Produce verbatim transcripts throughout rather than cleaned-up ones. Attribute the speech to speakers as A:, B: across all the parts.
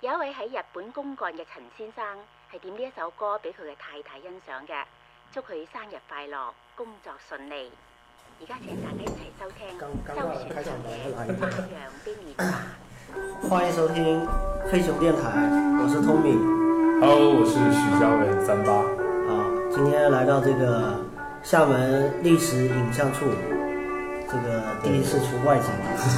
A: 有一位喺日本公幹嘅陳先生係點呢一首歌俾佢嘅太太欣賞嘅，祝佢生日快樂，工作順利。而家請大家一齊收聽周璇上嘅《發揚冰烈茶》。
B: 歡迎收聽黑熊電台，我是 Tommy。
C: Hello， 我是許家偉三八。
B: 啊，今天來到這個廈門歷史影像處，這個第一次出外景。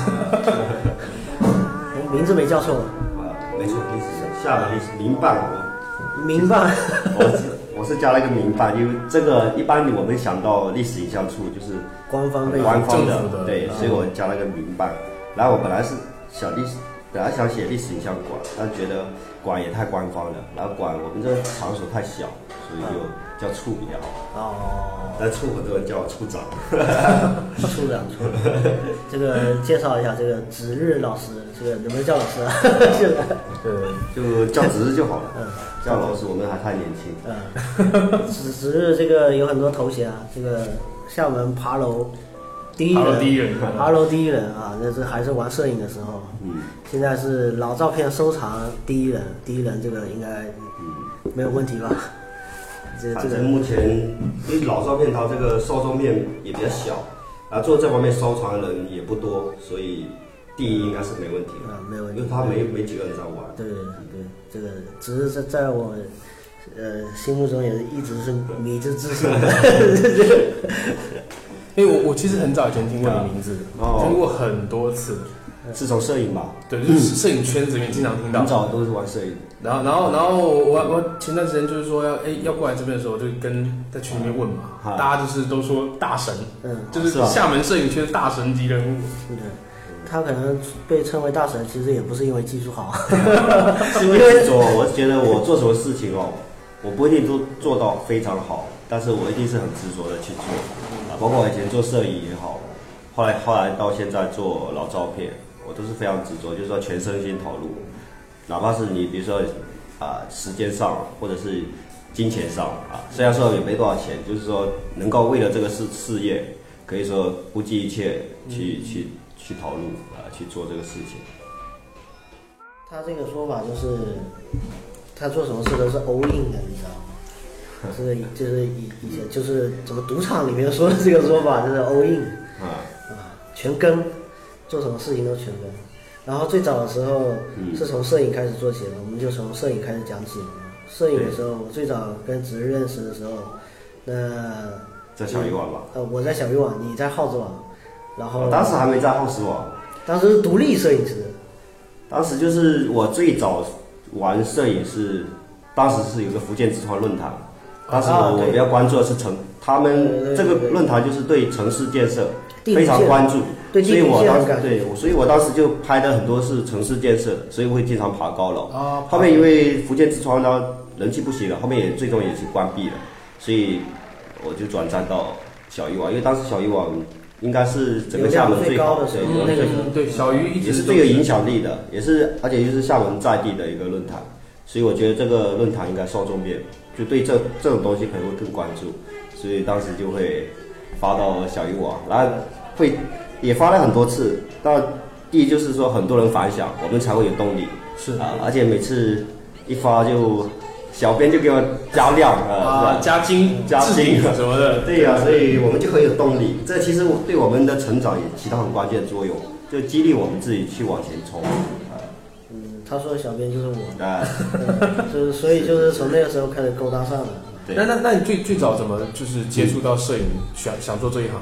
B: 名字沒叫錯。
D: 沒錯，歷史廈門歷史民辦。
B: 民辦。
D: 我是加了一個民辦，因為這個一般我們想到歷史影像處就是
B: 官方的，
D: 官方的，
C: 的
D: 對，所以我加了一個民辦。然後我本來是想歷史，本來想寫歷史影像館，但覺得館也太官方了，然後館我們這個場所太小，所以就叫處比較好。哦。但處很多人叫我處長。
B: 處長，處長。這個介紹一下，這個子日老師，這個能不能叫老師啊？
D: 對，就叫子日就好了。嗯。叫老師，我們還太年輕。
B: 嗯。子子日這個有很多頭銜啊，這個廈門爬樓第一人，爬樓第一人，爬樓第一人啊，那是還是玩攝影的時候。嗯。現在是老照片收藏第一人，第一人這個應該嗯沒有問題吧？這
D: 反正目前因為老照片它這個受眾面也比較小，啊，做這方面收藏的人也不多，所以第一應該是沒問題的。啊，沒問題，因為他沒沒幾個人在玩。
B: 對對，這個只是在在我呃心目中也是一直是迷之自信的。
C: 因為我我其實很早以前聽過你名字，哦、聽過很多次。
D: 是從攝影吧？對，
C: 就是攝影圈子裡面經常聽到。
D: 很早都是玩攝影。
C: 然後，然後，然後我我前段時間就是說要哎要過來這邊的時候，就跟在群裡面問嘛，嗯、大家就是都說大神，嗯，就是廈門攝影圈大神級人物。
B: 對，他可能被稱為大神，其實也不是因為技術好，
D: 是因為執着。我覺得我做什麼事情哦，我不一定都做到非常好，但是我一定是很執着的去做。啊，包括我以前做攝影也好，後來後來到現在做老照片。我都是非常執着，就是說全身心投入，哪怕是你比如說啊、呃、時間上或者是金錢上啊，雖然說也沒多少錢，就是說能夠為了這個事事業，可以說不計一切去、嗯、去去投入啊、呃、去做這個事情。
B: 他這個說法就是，他做什麼事都是 all in 的，你知道嗎？這個就是以以前就是怎麼賭場裡面說的這個說法，就是 all in 啊啊全跟。做什麼事情都全跟，然後最早的時候是從攝影開始做起的，我們就從攝影開始講起。攝影的時候，我最早跟子日認識的時候，那
D: 在小魚網吧？
B: 呃，我在小魚網，你在耗子網，然後
D: 當時還沒在耗子網，
B: 當時是獨立攝影師。
D: 當時就是我最早玩攝影是，當時是有個福建之窗論壇，當時我我比較關注的是城，他們這個論壇就是對城市建設非常關注。所以我當時對，所以我當時就拍的很多是城市建設，所以會經常爬高樓。啊，後面因為福建之窗呢人氣不行了，後面也最終也是關閉了，所以我就轉戰到小魚網，因為當時小魚網應該是整個廈門最高的，
C: 對，那個對小魚
D: 也是最有影響力的，也是而且又是廈門在地的一個論壇，所以我覺得這個論壇應該受眾面就對這這種東西可能會更關注，所以當時就會發到小魚網，然後會。也發了很多次，但第一就是說很多人反響，我們才會有動力。是啊，而且每次一發就小編就給我加量啊，
C: 加精、
D: 加精
C: 什麼的。
D: 對呀、啊，所以我們就很有動力。這其實對我們的成長也起到很關鍵的作用，就激勵我們自己去往前衝。
B: 嗯，他說的小編就是我。啊，就是所以就是從那個時候開始勾搭上了。
C: 對，那那那你最最早怎麼就是接觸到攝影，嗯、想想做這一行？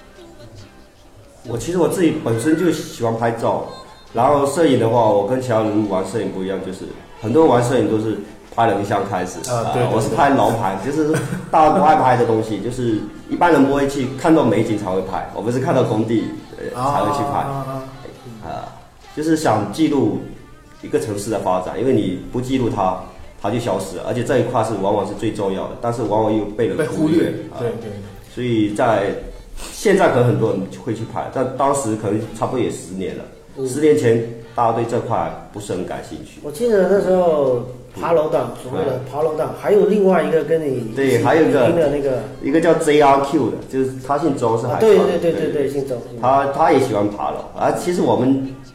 D: 我其實我自己本身就喜歡拍照，然後攝影的話，我跟其他人玩攝影不一樣，就是很多人玩攝影都是拍人像開始啊，對，我是拍樓盤，就是大家不愛拍的東西，就是一般人不會去看到美景才會拍，我們是看到工地、呃、才會去拍，啊、呃，就是想記錄一個城市的發展，因為你不記錄它，它就消失了，而且這一塊是往往是最重要的，但是往往又被人忽略，
C: 呃、對對，
D: 所以在。現在可能很多人會去拍，但當時可能差不多也十年了。嗯、十年前大家對這塊不是很感興趣。
B: 我記得那時候爬樓黨，所謂的爬樓黨，還有另外一個跟你
D: 對，還有一個
B: 的那個
D: 一個叫 J R Q 的，就是他姓周，是海川、啊。
B: 對對對對對，姓周。
D: 他他也喜歡爬樓啊。其實我們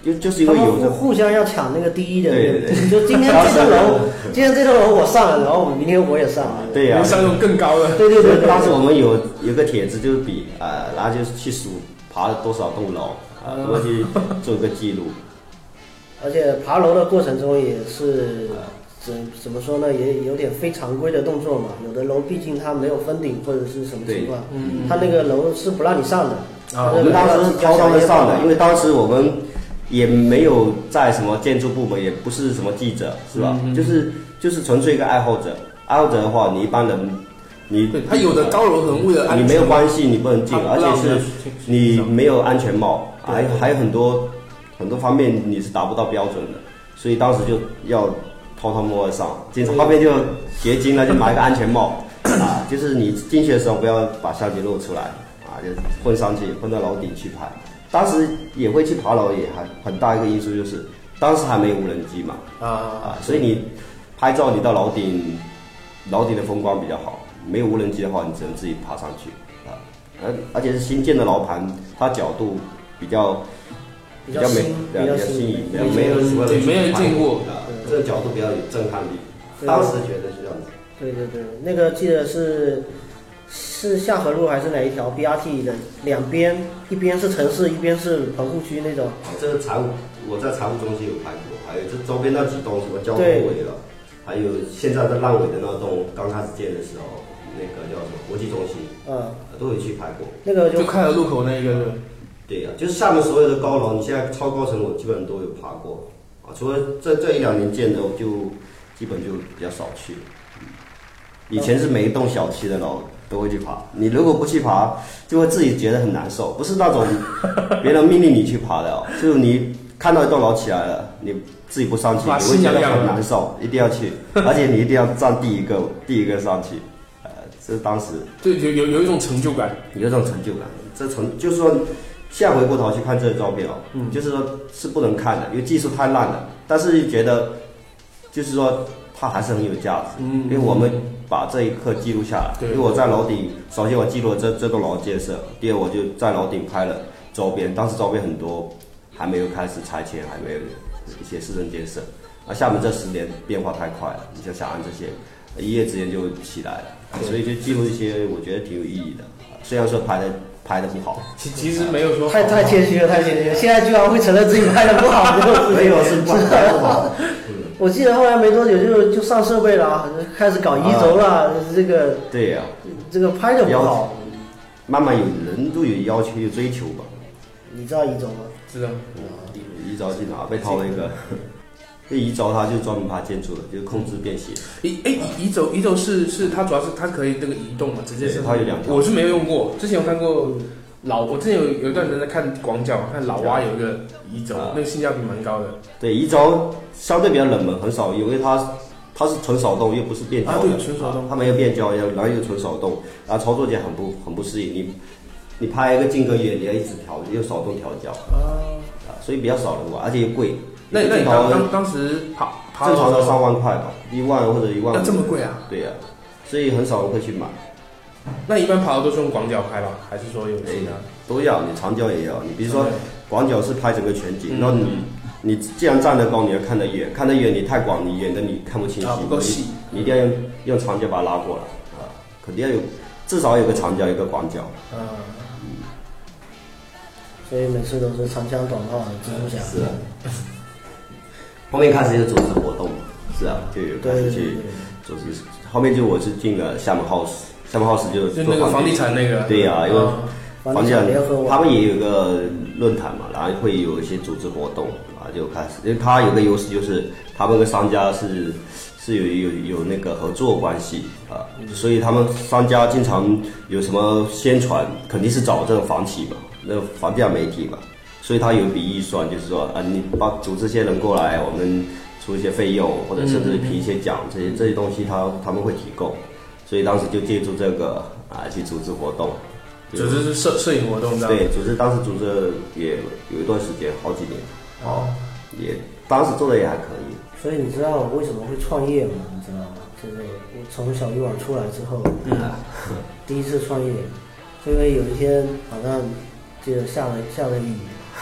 D: 就就是因为有
B: 这互相要抢那个第一的，
D: 对对对，
B: 就今天这栋楼，今天这栋楼我上了，然后明天我也上了，
D: 对呀、啊，
C: 上用更高的，
B: 对对 对, 对。
D: 当时我们有有个帖子，就是比呃，然后就是去数爬了多少栋楼啊，然后去做一个记录。
B: 而且爬楼的过程中也是怎怎么说呢，也有点非常规的动作嘛。有的楼毕竟它没有封顶或者是什么情况，嗯，它那个楼是不让你上的。
D: 啊，我们当时超上的上的，因为当时我们也没有在什么建筑部门，也不是什么记者，是吧？嗯、就是就是纯粹一个爱好者。爱好者的话，你一般人，你
C: 对他有的高楼可能为了安全，
D: 你没有关系，你不能进，而且是你没有安全帽，还还有很多很多方面你是达不到标准的，所以当时就要偷偷摸摸上，经常后面就结晶了，就买一个安全帽啊，就是你进去的时候不要把相机露出来。啊，就混上去，混到楼顶去拍。当时也会去爬楼，也还很大一个因素就是，当时还没有无人机嘛，啊啊，所以你拍照你到楼顶，楼顶的风光比较好。没有无人机的话，你只能自己爬上去啊。而而且是新建的楼盘，它角度比较
B: 比较美，
D: 比较新颖，没有没有什么
C: 人没人见过
D: 啊，这个角度比较有震撼力。当时觉得是这样子。
B: 对对对，那个记得是。是下河路还是哪一条 B R T 的两边，一边是城市，一边是棚户区那种。
D: 这个财务我在财务中心有拍过，还有这周边那几栋什么交通委了，还有现在在烂尾的那栋刚开始建的时候，那个叫什么国际中心，嗯，都有去拍过。
B: 那个
C: 就开了路口那个。
D: 对呀、啊，就是厦门所有的高楼，你现在超高层我基本上都有爬过啊，除了这这一两年建的，我就基本就比较少去。以前是每一栋小区的楼都会去爬，你如果不去爬，就会自己觉得很难受。不是那种别人命令你去爬的哦，就是你看到一栋楼起来了，你自己不上去，你会觉得很难受，一定要去，而且你一定要站第一个，第一个上去。呃，这是当时
C: 对有有有一种成就感，
D: 有一种成就感。这成就是说，现在回过头去看这个照片哦，嗯，就是说是不能看的，因为技术太烂了，但是觉得就是说它还是很有价值，嗯，因为我们把这一刻记录下来。因为我在楼顶，首先我记录了这这栋楼建设，第二我就在楼顶拍了周边，当时周边很多还没有开始拆迁，还没有一些市政建设。啊，厦门这十年变化太快了，你像小安这些，一夜之间就起来了，所以就记录一些我觉得挺有意义的。虽然说拍的拍的不好，
C: 其其实没有说
B: 太太谦虚了，太谦虚了。现在居然会承认自己拍的不好，
D: 没有是拍的不好。
B: 我记得后来没多久就就上设备了，开始搞移轴了，啊、这个
D: 对呀、啊，
B: 这个拍的不好。
D: 慢慢有人都有要求有追求吧。
B: 你知道移轴吗？
C: 知道。
D: 移轴去哪被掏了一个？这移轴它就专门拍建筑的，就是控制便携。
C: 移哎移轴移轴是是它主要是它可以那个移动嘛，直接是。
D: 它有两条。
C: 我是没有用过，之前有看过老，我之前有有一段时间在看广角，看老蛙有一个移轴，那个性价比蛮高的。
D: 对，移轴相对比较冷门，很少有，因为它它是纯手动，又不是变焦的。
C: 啊，对，纯手动。
D: 它没有变焦，然后又纯手动，然后操作起来很不很不适应。你你拍一个近隔远，你要一直调，用手动调焦。啊。啊，所以比较少人玩，而且又贵。
C: 那那你当当当时爬爬
D: 正常的三万块吧，一万或者一万。
C: 那这么贵啊？
D: 对呀、啊，所以很少人会去买。
C: 那一般爬的都是用广角拍吧，还是说有其他？
D: 都要，你长焦也要。你比如说广角是拍整个全景，那、嗯、你你既然站得高，你要看得远，看得远你太广，你远的你看不清晰，
C: 啊、不够细，
D: 你一定要用用长焦把它拉过来啊，肯定要有至少有个长焦一个广角。啊、嗯，
B: 所以每次都是长枪短炮的蜘蛛侠。
D: 是啊。后面开始就组织活动，是啊，就有开始去组织。后面就我是进了厦门 house， 厦门 house 就
C: 就那个房地产那个。
D: 对呀、啊，因为
B: 房地产
D: 他们也有一个论坛嘛，然后会有一些组织活动，然后就开始，因为他有个优势就是他们跟商家是是有有有那个合作关系啊，所以他们商家经常有什么宣传，肯定是找这种房企嘛，那个房地产媒体嘛。所以他有一笔预算，就是说啊，你把组织些人过来，我们出一些费用，或者甚至评一些奖，这些这些东西他他们会提供。所以当时就借助这个啊去组织活动，
C: 组织是摄摄影活动的。
D: 对，组织当时组织也有一段时间，好几年，哦，也当时做的也还可以。
B: 所以你知道我为什么会创业吗？你知道吗？就是我从小鱼网出来之后，嗯，第一次创业，因为有一天好像就下了下了雨。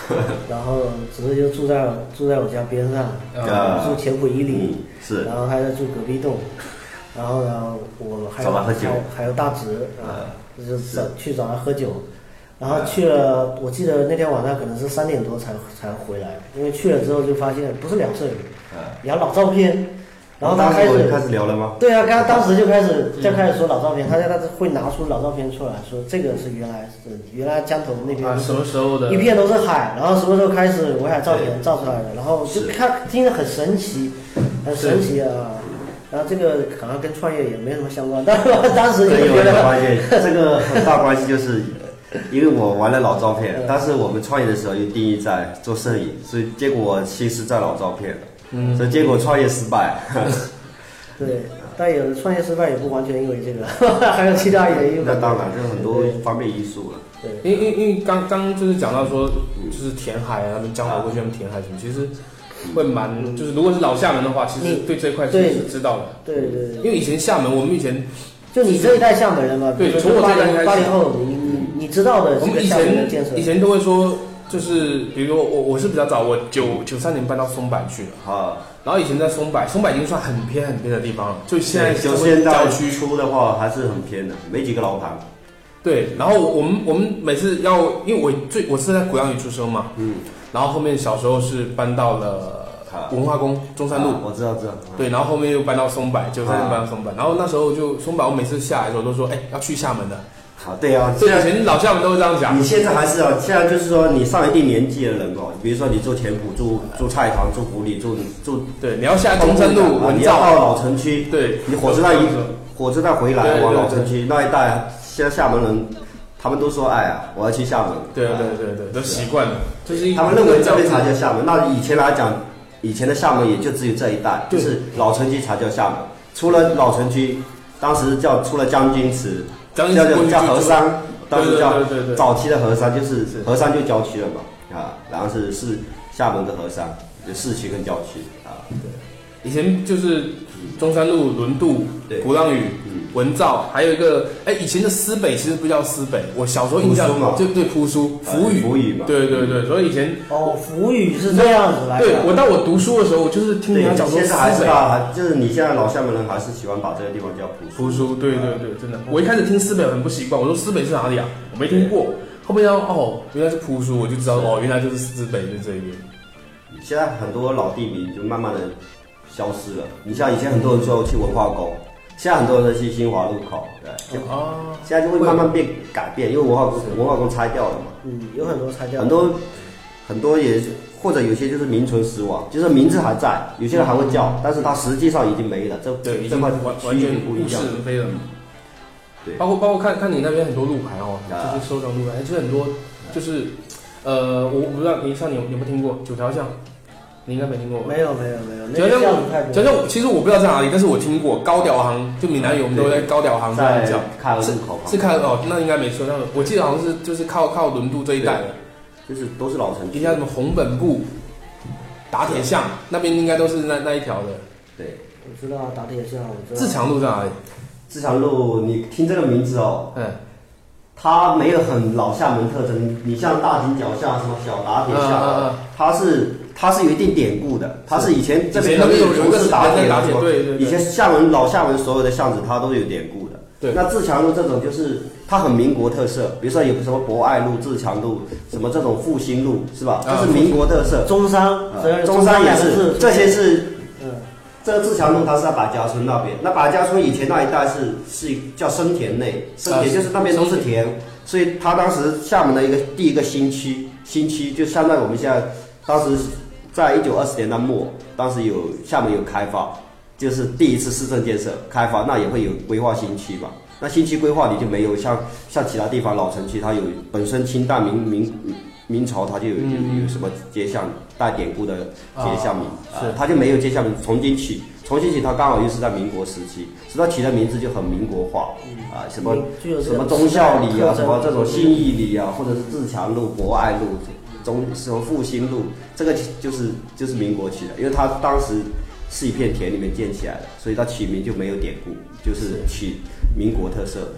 B: 然后侄子就住在住在我家边上，
D: 啊、
B: 住前埔一里、
D: 嗯，是，
B: 然后他在住隔壁栋，然后呢，我还有还还有大侄啊，就找去找他喝酒。然后去了，我记得那天晚上可能是三点多才才回来，因为去了之后就发现不是聊摄影，聊老照片。然后他开始
D: 开始聊了吗？
B: 对啊，刚当时就开始就开始说老照片，他他会拿出老照片出来说这个是原来是原来江头那边、
C: 啊、什么时候的？
B: 一片都是海，然后什么时候开始围海照片照出来的？然后就看听着很神奇，很神奇啊。然后这个好像跟创业也没什么相关，但是当时就觉得
D: 关键这个很大关系就是。因为我玩了老照片，但是我们创业的时候又定义在做摄影，所以结果其实在老照片，嗯，所以结果创业失败。
B: 对，但有创业失败也不完全因为这个，还有其他原因。
D: 那当然，就很多方面因素了。
B: 对，
C: 因为因为刚刚就是讲到说，就是填海啊，他们江淮过去他们填海什么，其实会蛮，就是如果是老厦门的话，其实对这块其实是知道的。
B: 对对对。
C: 因为以前厦门，我们以前
B: 就你这一代厦门人嘛，
C: 对，从我这一代开始，
B: 八零后，你你你知道的，
C: 我们以前以前都会说，就是比如说我我是比较早，我九九三年搬到松柏去了啊，然后以前在松柏，松柏已经算很偏很偏的地方了，就现在
D: 就现在郊区出的话还是很偏的，没几个楼盘。
C: 对，然后我们我们每次要，因为我最我是在鼓浪屿出生嘛，嗯，然后后面小时候是搬到了。文化宫中山路、啊，
D: 我知道知道。
C: 对，然后后面又搬到松柏，九三年搬到松柏，然后那时候就松柏，我每次下来的时候都说，哎、欸，要去厦门的。
D: 好，对啊，
C: 对，以前老厦门都会这样讲。
D: 你现在还是啊，现在就是说你上一定年纪的人哦，比如说你住前埔、住住菜塘、住湖里、住住，
C: 对，你要下中山路，
D: 啊、你要到老城区，
C: 对，
D: 你火车站一火车站回来往老城区那一带，现在厦门人。他们都说：“哎呀，我要去厦门。”
C: 对对对对，都习惯了，就是
D: 他们认为这边才叫厦门。那以前来讲，以前的厦门也就只有这一带，就是老城区才叫厦门。除了老城区，当时叫除了将军祠，叫叫叫河山，当时叫早期的河山，就是河山就郊区了嘛啊，然后是是厦门的河山，就市区跟郊区啊。
C: 对，以前就是中山路、轮渡、鼓浪屿。文藻，还有一个，哎，以前的思北其实不叫思北，我小时候印象就对蒲苏、福语，
D: 福语嘛，
C: 对对对，所以以前
B: 哦，福语是这样子来的。
C: 对，我到我读书的时候，我就是听人家讲说思北，
D: 就是你现在老厦门人还是喜欢把这个地方叫蒲
C: 苏。蒲苏，对对对，真的，我一开始听思北很不习惯，我说思北是哪里啊？我没听过，后面要哦，原来是蒲苏，我就知道哦，原来就是思北就这一边。
D: 现在很多老地名就慢慢的消失了，你像以前很多人说去文化宫。现在很多人去新华路口，对，就、哦、现在就会慢慢变改变，因为文化文化宫拆掉了嘛，
B: 嗯，有很多拆掉了，
D: 很多很多也或者有些就是名存实亡，就是名字还在，有些人还会叫，嗯、但是它实际上已经没了，这
C: 对，已经完完全不一样，飞了。对，包括包括看看你那边很多路牌哦，啊、就是收藏路牌，其实很多就是，呃，我不知道你像你有有没有听过九条巷？你应该没听过，
B: 没有没有没有。九条巷，
C: 九条巷其实我不知道在哪里，但是我听过高屌行，就闽南语我们都在高屌行这样讲。
D: 凯尔路口
C: 是凯尔哦，那应该没错。那我记得好像是就是靠靠轮渡这一带的，
D: 就是都是老城区。
C: 一下什么红本部、打铁巷那边应该都是那那一条的。
B: 对，我知道打铁巷，我知道。
C: 自强路在哪里？
D: 自强路，你听这个名字哦，嗯，它没有很老厦门特征。你像大井脚下什么小打铁巷，嗯嗯、它是。它是有一定典故的，它是以前这边可能有从事打铁的，
C: 对对。
D: 以前厦门老厦门所有的巷子，它都有典故的。
C: 对。
D: 那自强路这种就是它很民国特色，比如说有什么博爱路、自强路，什么这种复兴路，是吧？这是民国特色。
B: 中山，
D: 中山也是，这些是。嗯。这个自强路它是在百家村那边，那百家村以前那一带是是叫生田内，生田就是那边都是田，所以它当时厦门的一个第一个新区，新区就相当于我们现在当时。在一九二十年代末，当时有厦门有开发，就是第一次市政建设开发，那也会有规划新区嘛。那新区规划你就没有像像其他地方老城区，它有本身清代明明明朝它就有有有什么街巷带典故的街巷名，啊、呃，它就没有街巷名。重新起，重新起它刚好又是在民国时期，所以它起的名字就很民国化，啊、呃，什么什么忠孝里啊，什么这种信义里啊，或者是自强路、博爱路。中什么复兴路，这个就是就是民国起的，因为它当时是一片田里面建起来的，所以它起名就没有典故，就是起民国特色的。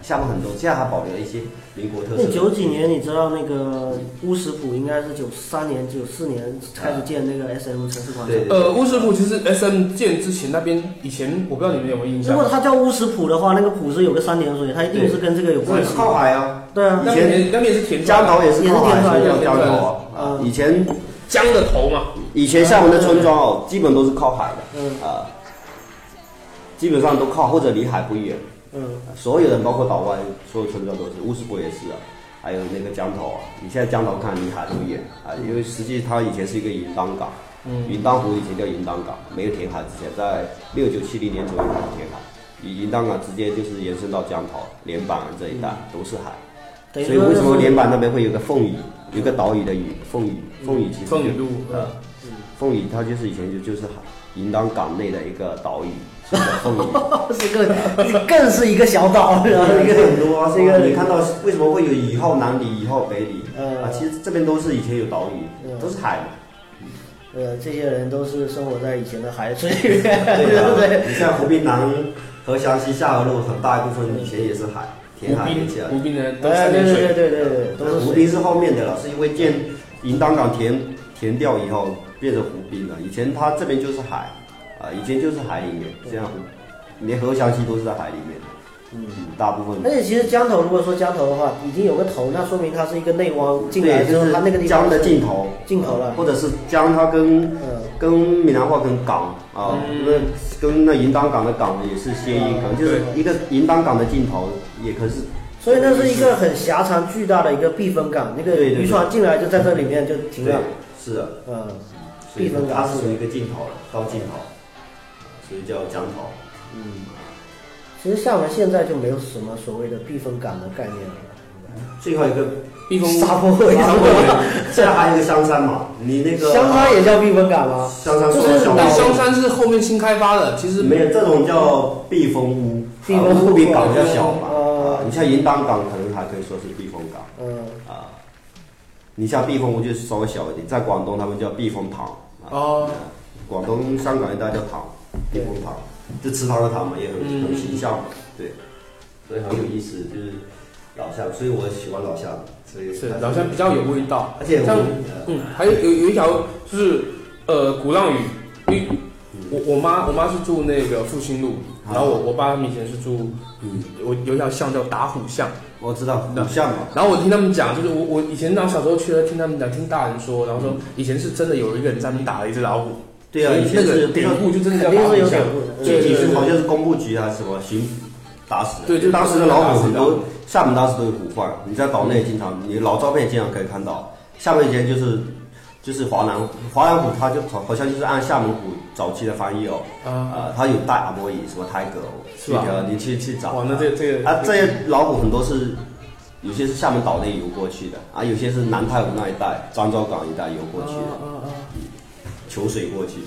D: 厦门很多，现在还保留了一些民国特色。
B: 那九几年你知道那个乌石浦应该是九三年、九四年开始建那个 S M 城市广场。
D: 对，
C: 呃，乌石浦其实 S M 建之前那边以前我不知道你们有没有印象。
B: 如果它叫乌石浦的话，那个浦是有个三点水，它一定是跟这个有关系。
D: 靠海啊。
B: 对啊，
C: 以前那边是填
D: 江头也是靠海，
B: 也是
D: 江头啊。以前
C: 江的头嘛。
D: 以前厦门的村庄哦，基本都是靠海的。
B: 嗯
D: 啊，基本上都靠或者离海不远。
B: 嗯，
D: 所有人包括岛外所有村庄都是，乌石浦也是啊，还有那个江头啊。你现在江头看离海不远啊，因为实际它以前是一个云当港，嗯，云当湖以前叫云当港，没有填海之前，在六九七零年左右开始填海，以云当港直接就是延伸到江头、连板这一带、嗯、都是海，所以为什么连板那边会有个凤屿，有一个岛屿的屿，凤屿，凤屿其实
C: 凤屿路，
D: 呃，凤屿它就是以前就就是海云当港内的一个岛屿。凤屿
B: 是个，更是一个小岛，然后一个
D: 很多啊。这个你看到为什么会有以后南里、以后北里？嗯、啊，其实这边都是以前有岛屿，嗯、都是海嘛。
B: 呃，这些人都是生活在以前的海水里面，
D: 对啊。
B: 对对。
D: 你像湖滨南、河湘西、下河路，很大一部分以前也是海，填海填起来。
C: 湖滨的都
B: 是对对对对对，都是
D: 湖滨是后面的了，是因为建银当港填填掉以后变成湖滨了。以前它这边就是海。啊，以前就是海里面，这样，连河湘西都是在海里面，嗯，大部分。
B: 而且其实江头，如果说江头的话，已经有个头，那说明它是一个内湾进来之后，它那个地方
D: 江的尽头，
B: 尽头了，
D: 或者是江，它跟、嗯、跟闽南话跟港啊，因为、嗯、跟那银当港的港也是谐音，可能就是一个银当港的尽头，也可是。
B: 所以那是一个很狭长巨大的一个避风港，那个渔船进来就在这里面就停了。
D: 是的，
B: 嗯，
D: 避风港它是属于一个尽头了，到尽头。所以叫江头。
B: 嗯，其实厦门现在就没有什么所谓的避风港的概念了。
D: 最后一个
C: 避风
B: 沙坡尾，
D: 现在还有一个香山嘛，你那个
B: 香山也叫避风港吗？
D: 香山
C: 就是香山是后面新开发的，其实
D: 没有这种叫避风屋，避风屋比港较小嘛。啊，你像银当港可能还可以说是避风港。嗯啊，你像避风屋就稍微小一点，在广东他们叫避风塘。哦。广东、香港一带叫塘，避风塘，就池塘的塘嘛，也很很形象嘛，对，所以很有意思，就是老巷，所以我喜欢老巷，所以
C: 是老巷比较有味道，
D: 而且
C: 像嗯，还有有有一条就是呃鼓浪屿，因为我我妈我妈是住那个复兴路，然后我我爸他们以前是住，嗯，我有一条巷叫打虎巷。
D: 我知道虎巷嘛，
C: 然后我听他们讲，就是我我以前那小时候去了，听他们讲，听大人说，然后说以前是真的有一个人在那边打了一只老虎。
D: 对啊，以前
C: 是典故就真的叫
B: 打虎巷，
D: 具体是好像是工部局还是什么刑打死的。
C: 对，就
D: 当时的老虎很多，厦门当时都有虎患，你在岛内经常，你老照片经常可以看到。厦门以前就是就是华南华南虎，它就好好像就是按厦门虎早期的翻译哦，啊，它有带阿摩伊什么泰戈，是吧？你去去找。
C: 哇，那这这个
D: 啊，这些老虎很多是有些是厦门岛内游过去的，啊，有些是南太湖那一带、漳州港一带游过去的。求水过去，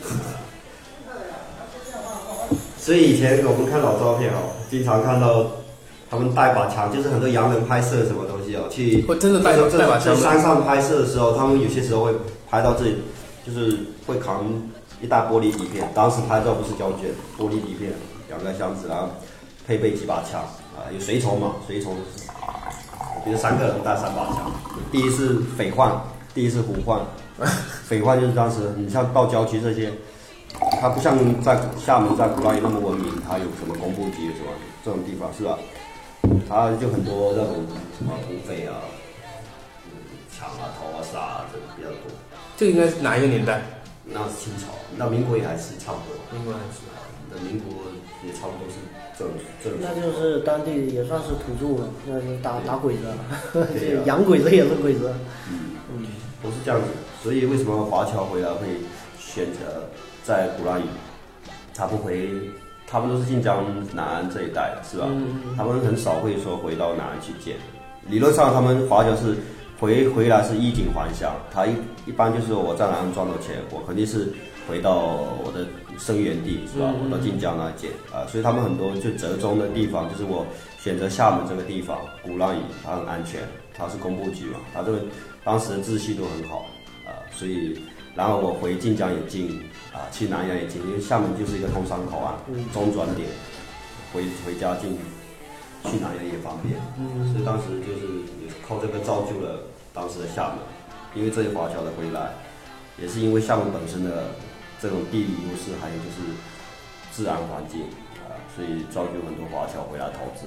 D: 所以以前我们看老照片哦，经常看到他们带把枪，就是很多洋人拍摄什么东西哦，去
C: 真的带带把枪，
D: 在山上拍摄的时候，他们有些时候会拍到这里，就是会扛一大玻璃底片，当时拍照不是胶卷，玻璃底片两个箱子，然后配备几把枪啊，有随从嘛，随从，比如三个人带三把枪，第一是匪患，第一是虎患。匪患就是当时你像到郊区这些，它不像在厦门在鼓浪屿那么文明，它有什么工部局什么这种地方是吧？它就很多那种什么土匪啊、抢啊、偷啊、杀啊，这个比较多。
C: 这个应该是哪一个年代？
D: 那是清朝，那民国也还是差不多。
C: 民国还是，
D: 那民国也差不多是这这。
B: 那就是当地也算是土著了，那是打打鬼子，这洋鬼子也是鬼子。
D: 嗯嗯，都是这样子。所以为什么华侨回来会选择在鼓浪屿？他不回，他们都是晋江南岸这一带，是吧？嗯嗯、他们很少会说回到南岸去建。理论上，他们华侨是回回来是衣锦还乡，他一一般就是说我在南岸赚到钱，我肯定是回到我的生源地，是吧？嗯、我到晋江那建啊，所以他们很多就折中的地方，就是我选择厦门这个地方，鼓浪屿它很安全，它是工部局嘛，它这个当时的秩序都很好。所以，然后我回晋江也近，啊，去南洋也近，因为厦门就是一个通商口岸，嗯、中转点，回回家近， 去哪里也方便。嗯，所以当时就是也靠这个造就了当时的厦门，因为这些华侨的回来，也是因为厦门本身的这种地理优势，还有就是自然环境啊、呃，所以造就很多华侨回来投资，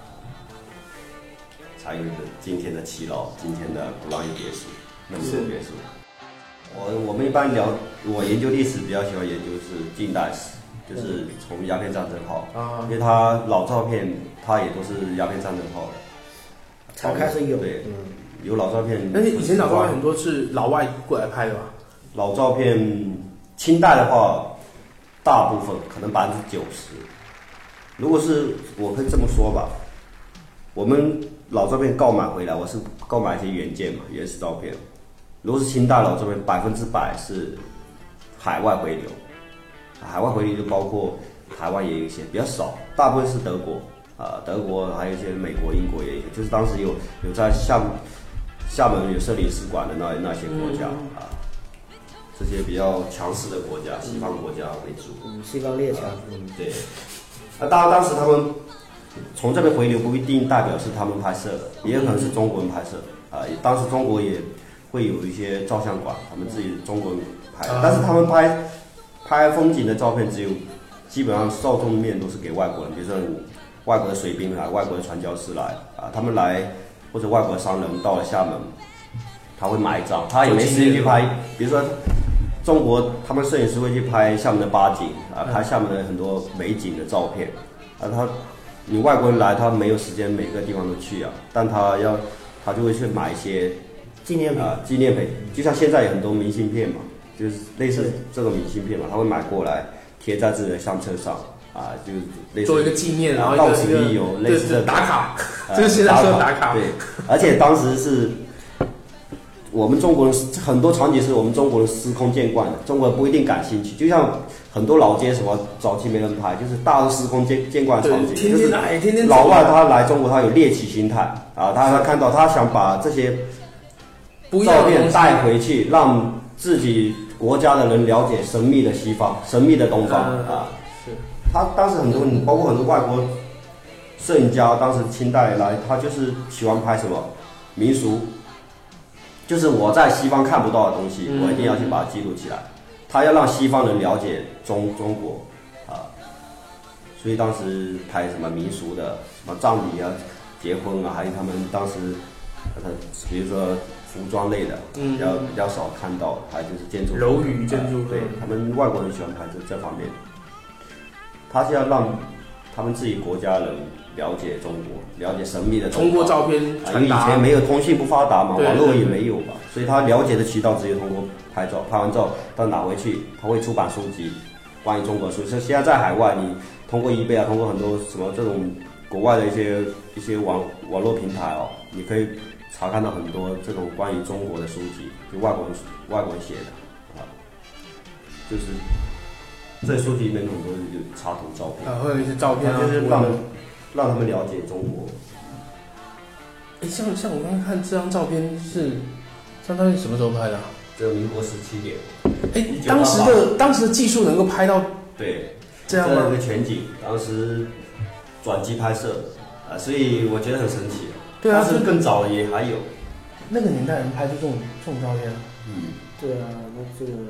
D: 才有今天的耆老，今天的鼓浪屿别墅，那么多别墅。我我们一般聊，我研究历史比较喜欢研究是近代史，就是从鸦片战争后，啊、因为它老照片它也都是鸦片战争后的，
B: 才开始有，
D: 对，嗯，有老照片。
C: 但是以前老照片很多是老外过来拍的吧？
D: 老照片，清代的话，大部分可能百分之九十。如果是我可以这么说吧，我们老照片购买回来，我是购买一些原件嘛，原始照片。如果是清代老照片，百分之百是海外回流，海外回流就包括台湾也有一些，比较少，大部分是德国啊、呃，德国还有一些美国、英国也有，就是当时有有在厦门厦门有设领事馆的那那些国家啊、呃，这些比较强势的国家，西方国家为主，
B: 嗯，西方列强，
D: 嗯，对。那当然，当时他们从这边回流不一定代表是他们拍摄的，也有可能是中国人拍摄啊、呃，当时中国也会有一些照相馆，他们自己中国人拍，但是他们拍拍风景的照片，只有基本上受众面都是给外国人，比如说外国的水兵来，外国的传教士来啊，他们来或者外国的商人到了厦门，他会买一张，他也没时间去拍，比如说中国他们摄影师会去拍厦门的八景啊，拍厦门的很多美景的照片啊，他你外国人来，他没有时间每个地方都去啊，但他要他就会去买一些。
B: 纪念品
D: 啊，纪念品，就像现在有很多明信片嘛，就是类似这种明信片嘛，他会买过来贴在自己的相册上啊，就类似
C: 做一个纪念，然后
D: 到此一游，类似的
C: 打卡，就是现在说打卡。
D: 对，而且当时是我们中国人很多场景是我们中国人司空见惯的，中国人不一定感兴趣，就像很多老街什么早期没人拍，就是大家司空见见惯的场景，
C: 天天来，天天
D: 老外他来中国，他有猎奇心态啊，他他看到他想把这些。照片带回去，让自己国家的人了解神秘的西方、神秘的东方、嗯、啊！是，他当时很多，包括很多外国摄影家，当时清代来，他就是喜欢拍什么民俗，就是我在西方看不到的东西，嗯、我一定要去把它记录起来。他要让西方人了解中中国啊，所以当时拍什么民俗的，什么葬礼啊、结婚啊，还有他们当时，他比如说。服装类的，比较比较少看到，还有就是建筑，
C: 楼宇建筑，
D: 对他们外国人喜欢拍这这方面。他是要让他们自己国家人了解中国，了解神秘的中国。
C: 通过照片
D: 啊，因为以前没有通信不发达嘛，网络也没有吧，所以他了解的渠道只有通过拍照，拍完照他拿回去，他会出版书籍，关于中国书。所以现在在海外，你通过eBay啊，通过很多什么这种国外的一些一些网网络平台哦，你可以。查看到很多这种关于中国的书籍，就外国人外国人写的啊，就是这书籍里面很多有插图照片，
C: 啊，会有一些照片啊，
D: 就是让让他们了解中国。
C: 哎，像像我刚刚看这张照片是，这张照片什么时候拍的、啊？
D: 这个民国十七年。
C: 哎，当时的当时的技术能够拍到
D: 对
C: 这样吗？
D: 这个全景，当时转机拍摄啊，所以我觉得很神奇。
C: 对啊，
D: 但是更早也还有，
C: 那个年代人拍出这种这种照片，
B: 嗯，对啊，那这个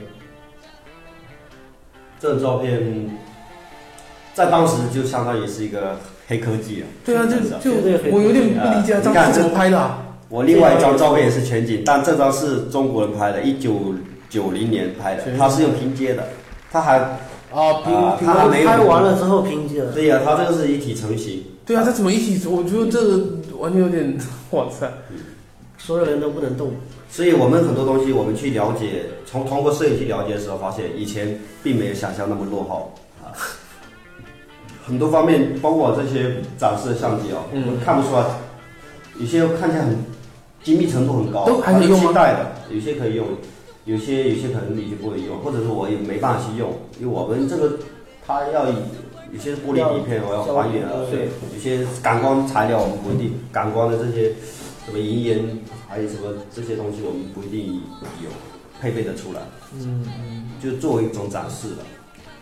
D: 这种照片，在当时就相当于是一个黑科技啊。
C: 对啊，就就我有点不理解，这张怎么拍的、啊？
D: 我另外一张照片也是全景，但这张是中国人拍的，一九九零年拍的，他是用拼接的，他还
C: 啊拼，
B: 他还没拍完了之后拼接的。
D: 对呀、啊，他这个是一体成型。
C: 对啊，他怎么一体？我觉得这个完全有点，哇塞，
B: 所有人都不能动。
D: 所以我们很多东西，我们去了解，从通过摄影去了解的时候，发现以前并没有想象那么落后啊。很多方面，包括我这些展示的相机啊，嗯、我看不出来，有些看起来很精密程度很高，
C: 都还可以用吗？
D: 带的，有些可以用，有些有些可能你就不会用，或者是我也没办法去用，因为我们这个它要以。有些玻璃底片我要还原啊，对，有些感光材料我们不一定，感光的这些什么银盐，还有什么这些东西我们不一定有配备的出来，嗯嗯，就作为一种展示了。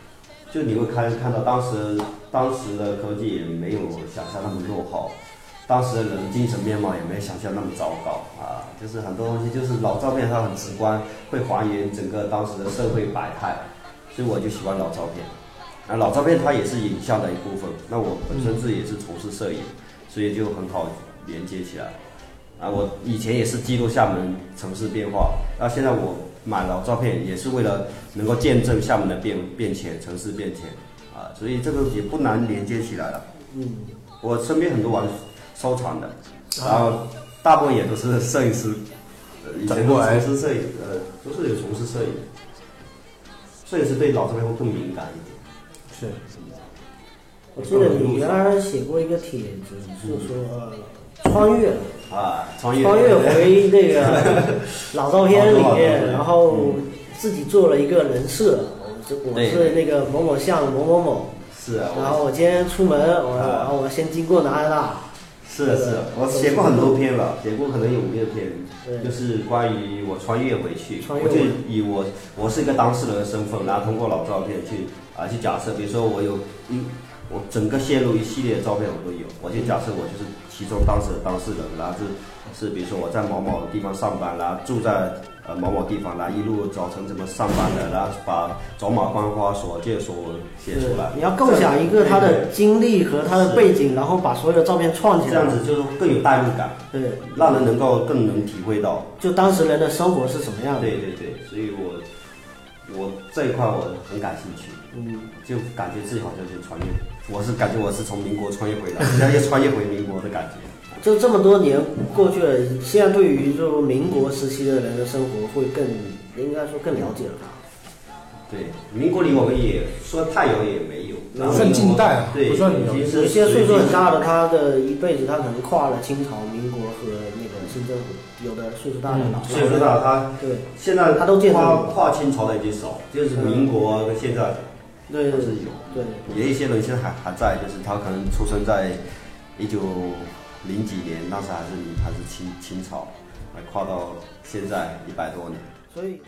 D: 就你会看看到当时当时的科技也没有想象那么落后，当时的人精神面貌也没有想象那么糟糕啊，就是很多东西就是老照片它很直观，会还原整个当时的社会百态，所以我就喜欢老照片。啊，老照片它也是影像的一部分，那我本身自己也是从事摄影，所以就很好连接起来。啊，我以前也是记录厦门城市变化，那现在我买老照片也是为了能够见证厦门的变变迁、城市变迁啊，所以这个也不难连接起来了。嗯，我身边很多玩收藏的，然后大部分也都是摄影师，呃、以前都从事摄影，呃，都是有从事摄影。摄影师对老照片会更敏感一点。
C: 是。
B: 我记得你原来写过一个帖子，是说、呃、穿越
D: 啊，穿越
B: 穿越回那个老照片里面，然后自己做了一个人设，我是我是那个某某巷某某某。
D: 是啊。
B: 然后我今天出门，我、啊、然后我先经过哪哪哪。
D: 是是，我写过很多篇了，写过可能有五六篇，就是关于我穿越回去，
B: 穿越
D: 我就以我我是一个当事人的身份，然后通过老照片去啊去假设，比如说我有一我整个线路一系列的照片我都有，我就假设我就是其中当时的当事人，然后是是比如说我在某某地方上班，然后住在呃某某地方，然后一路早晨怎么上班的，然后把走马观花所见所闻写出来。
B: 你要构想一个他的经历和他的背景，然后把所有的照片串起来，
D: 这样子就是更有代入感，
B: 对，
D: 让人能够更能体会到
B: 就当时人的生活是什么样的。
D: 对对对，所以我我这一块我很感兴趣，嗯，就感觉自己好像就穿越，我是感觉我是从民国穿越回来，现在又穿越回民国的感觉。
B: 就这么多年过去了，现在对于就民国时期的人的生活会更应该说更了解了吧？
D: 对，民国离我们也说太遥远也没有，
C: 算近代啊，
D: 对，
C: 不算
B: 有一些岁数很大的，他的一辈子他可能跨了清朝、民国和那个新政府，有的岁数大的老，
D: 岁数大他
B: 对，
D: 现在
B: 他都见
D: 跨跨清朝的已经少，就是民国跟现在
B: 对
D: 还是有，
B: 对，
D: 有一些人现在还还在，就是他可能出生在一九零几年，那时还是还是清清朝，还跨到现在一百多年，
B: 所以。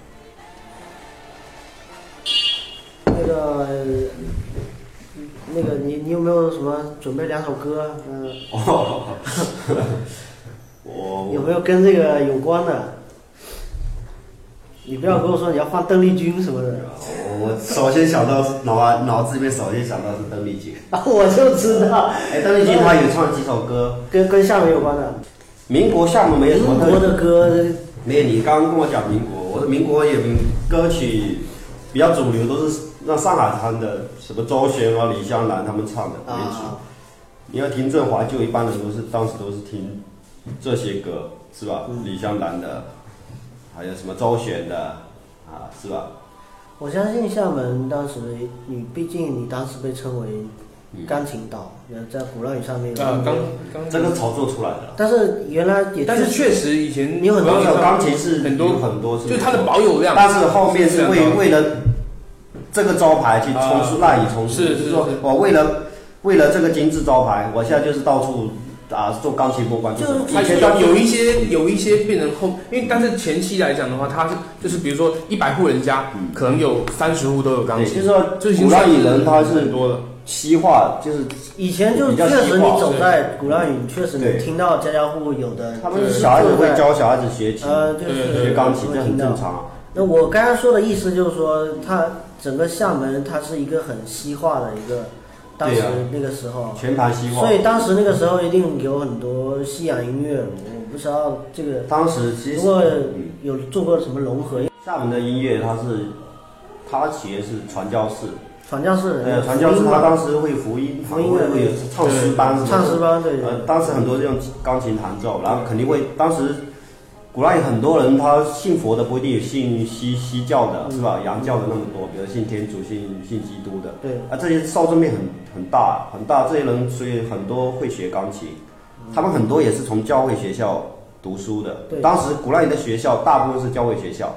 B: 那个，那个，你你有没有什么准备两首歌？嗯、呃，
D: 哦，我
B: 有没有跟这个有关的？你不要跟我说你要放邓丽君什么的。
D: 我首先想到脑脑子里面首先想到是邓丽君。
B: 啊，我就知道。
D: 哎，邓丽君她有唱几首歌，
B: 跟跟厦门有关的。
D: 民国厦门没有什么。
B: 民国的歌。
D: 没有，你刚刚跟我讲民国，我的民国有歌曲比较主流都是。让上海滩的什么周璇啊、李香兰他们唱的为主。啊、你要听这怀旧，一般人都是当时都是听这些歌，是吧？嗯、李香兰的，还有什么周璇的，啊，是吧？
B: 我相信厦门当时，你毕竟你当时被称为钢琴岛，嗯、在鼓浪屿上面。
C: 啊，钢钢
D: 这个炒作出来的。
B: 但是原来也，
C: 但是确实以前
B: 有很多
D: 钢琴是
C: 很多
D: 很多是，
C: 就是它的保有量，
D: 但是后面是为为了。这个招牌去冲出赖以冲出，
C: 是是
D: 说我为了为了这个精致招牌，我现在就是到处啊做钢琴博物馆，
C: 就是以前有一些有一些变成后，因为但是前期来讲的话，它是就是比如说一百户人家，嗯、可能有三十户都有钢琴，
D: 就是说鼓浪屿人他是
C: 很多的
D: 西化，就是
B: 以前就确实你走在鼓浪屿，确实你听到家家户户有的，
D: 他们小孩子会教小孩子学琴，
B: 呃，就是
D: 学钢琴，这很正常。
B: 那我刚才说的意思就是说，它整个厦门它是一个很西化的一个，当时那个时候、
D: 啊、全盘西化，
B: 所以当时那个时候一定有很多西洋音乐，我不知道这个。
D: 当时其实
B: 如果有做过什么融合，
D: 厦门的音乐它是，它企业是传教士。
B: 传教士，
D: 呃，传教士他当时会福音，
B: 福音
D: 会会有唱诗班什么的，
B: 唱诗班对。
D: 呃，当时很多用钢琴弹奏，然后肯定会当时。鼓浪屿很多人他信佛的不一定有信西西教的，嗯、是吧？洋教的那么多，比如信天主、信信基督的。
B: 对。
D: 啊，这些受众面很很大很大，这些人所以很多会学钢琴，嗯、他们很多也是从教会学校读书的。
B: 对。
D: 当时鼓浪屿的学校大部分是教会学校，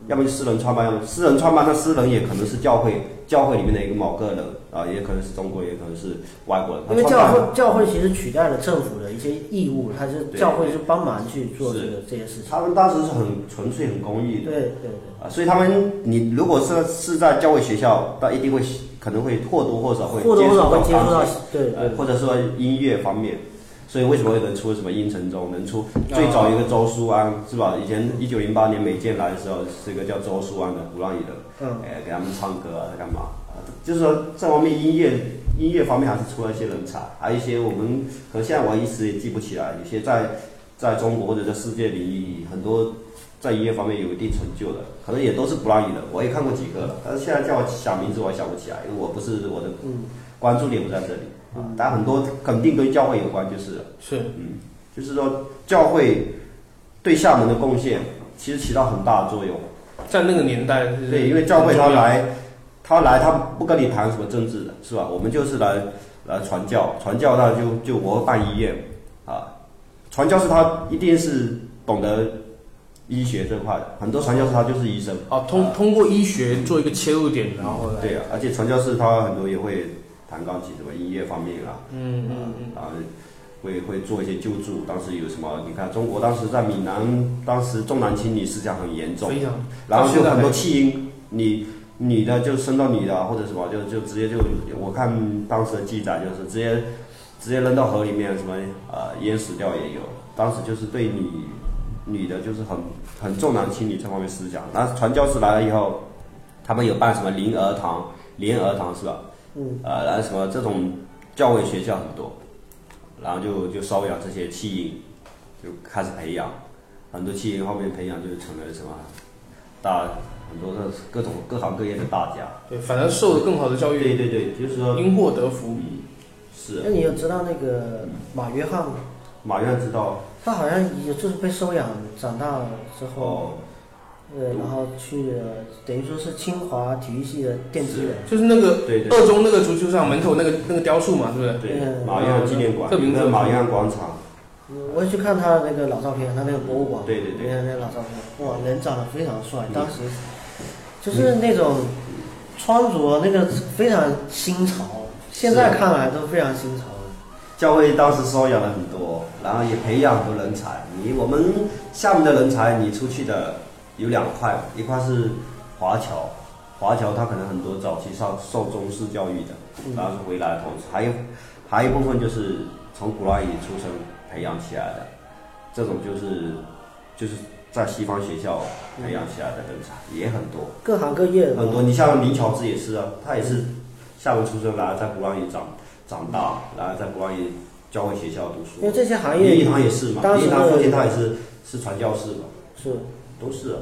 D: 要么就私人创办，要么私人创办，那私人也可能是教会，教会里面的一个某个人啊，也可能是中国，也可能是外国人。
B: 因为教会教会其实取代了政府的一些义务，它是教会是帮忙去做这个这些事情。
D: 他们当时是很纯粹、很公益的。
B: 对对对。
D: 啊，所以他们你如果是是在教会学校，那一定会可能会或多或少会
B: 或多或少会接触到，对
D: 对、呃，或者说音乐方面。所以为什么会能出什么殷承宗，能出最早一个周书安是吧？以前一九零八年美建来的时候，是一个叫周书安的鼓浪屿的，嗯，哎、呃，给他们唱歌啊，干嘛啊？就是说这方面音乐音乐方面还是出了一些人才，还有一些我们可能现在我一时也记不起来，有些在在中国或者在世界领域很多在音乐方面有一定成就的，可能也都是鼓浪屿的，我也看过几个了，但是现在叫我想名字我也想不起来，因为我不是我的关注点不在这里。啊，但很多肯定跟教会有关，就是了
C: 是，
D: 嗯，就是说教会对厦门的贡献其实起到很大的作用，
C: 在那个年代，
D: 对，因为教会他来，他来他不跟你谈什么政治的，是吧？我们就是来来传教，传教那就就我办医院啊，传教士他一定是懂得医学这块的，很多传教士他就是医生，
C: 哦，通、啊、通过医学做一个切入点，然后
D: 对啊，而且传教士他很多也会弹钢琴什么音乐方面啊，
C: 嗯嗯嗯，
D: 啊，会会做一些救助。当时有什么？你看中国当时在闽南，当时重男轻女思想很严重，
C: 非常，
D: 然后就很多弃婴，你女的就生到女的或者什么，就就直接就我看当时的记载就是直接直接扔到河里面，什么呃淹死掉也有。当时就是对女女的就是很很重男轻女这方面思想。那传教士来了以后，他们有办什么灵儿堂、莲儿堂是吧？
B: 嗯，
D: 呃，然后什么这种教会学校很多，然后就就收养这些弃婴，就开始培养，很多弃婴后面培养就成了什么大很多的各种各行各业的大家。
C: 对，反而受了更好的教育。
D: 对对对，就是说
C: 因祸得福。
D: 嗯，是。
B: 那你有知道那个马约翰吗？
D: 马约翰知道。
B: 他好像也就是被收养长大了之后。哦，对，然后去了，等于说是清华体育系的奠基人，
C: 就是那个
D: 对
C: 二中那个足球场门口那个那个雕塑嘛，是不是？
D: 对，马约翰纪念馆，那个马约翰广场。
B: 我也去看他的那个老照片，他那个博物馆，
D: 对对对，
B: 那个老照片，哇，人长得非常帅，当时就是那种穿着那个非常新潮，现在看来都非常新潮。
D: 教会当时收养了很多，然后也培养很多人才。你我们厦门的人才，你出去的。有两块，一块是华侨，华侨他可能很多早期受受中式教育的，然后是回来的同时，还有还有一部分就是从鼓浪屿出生培养起来的，这种就是就是在西方学校培养起来的人才也很多，
B: 各行各业的
D: 很多。你像林乔治也是啊，他也是厦门出生，然后在鼓浪屿长长大，然后在鼓浪屿教会学校读书。
B: 因为这些行业，
D: 林语堂也是嘛，林语堂父亲他也是是传教士嘛，
B: 是。
D: 都是、啊，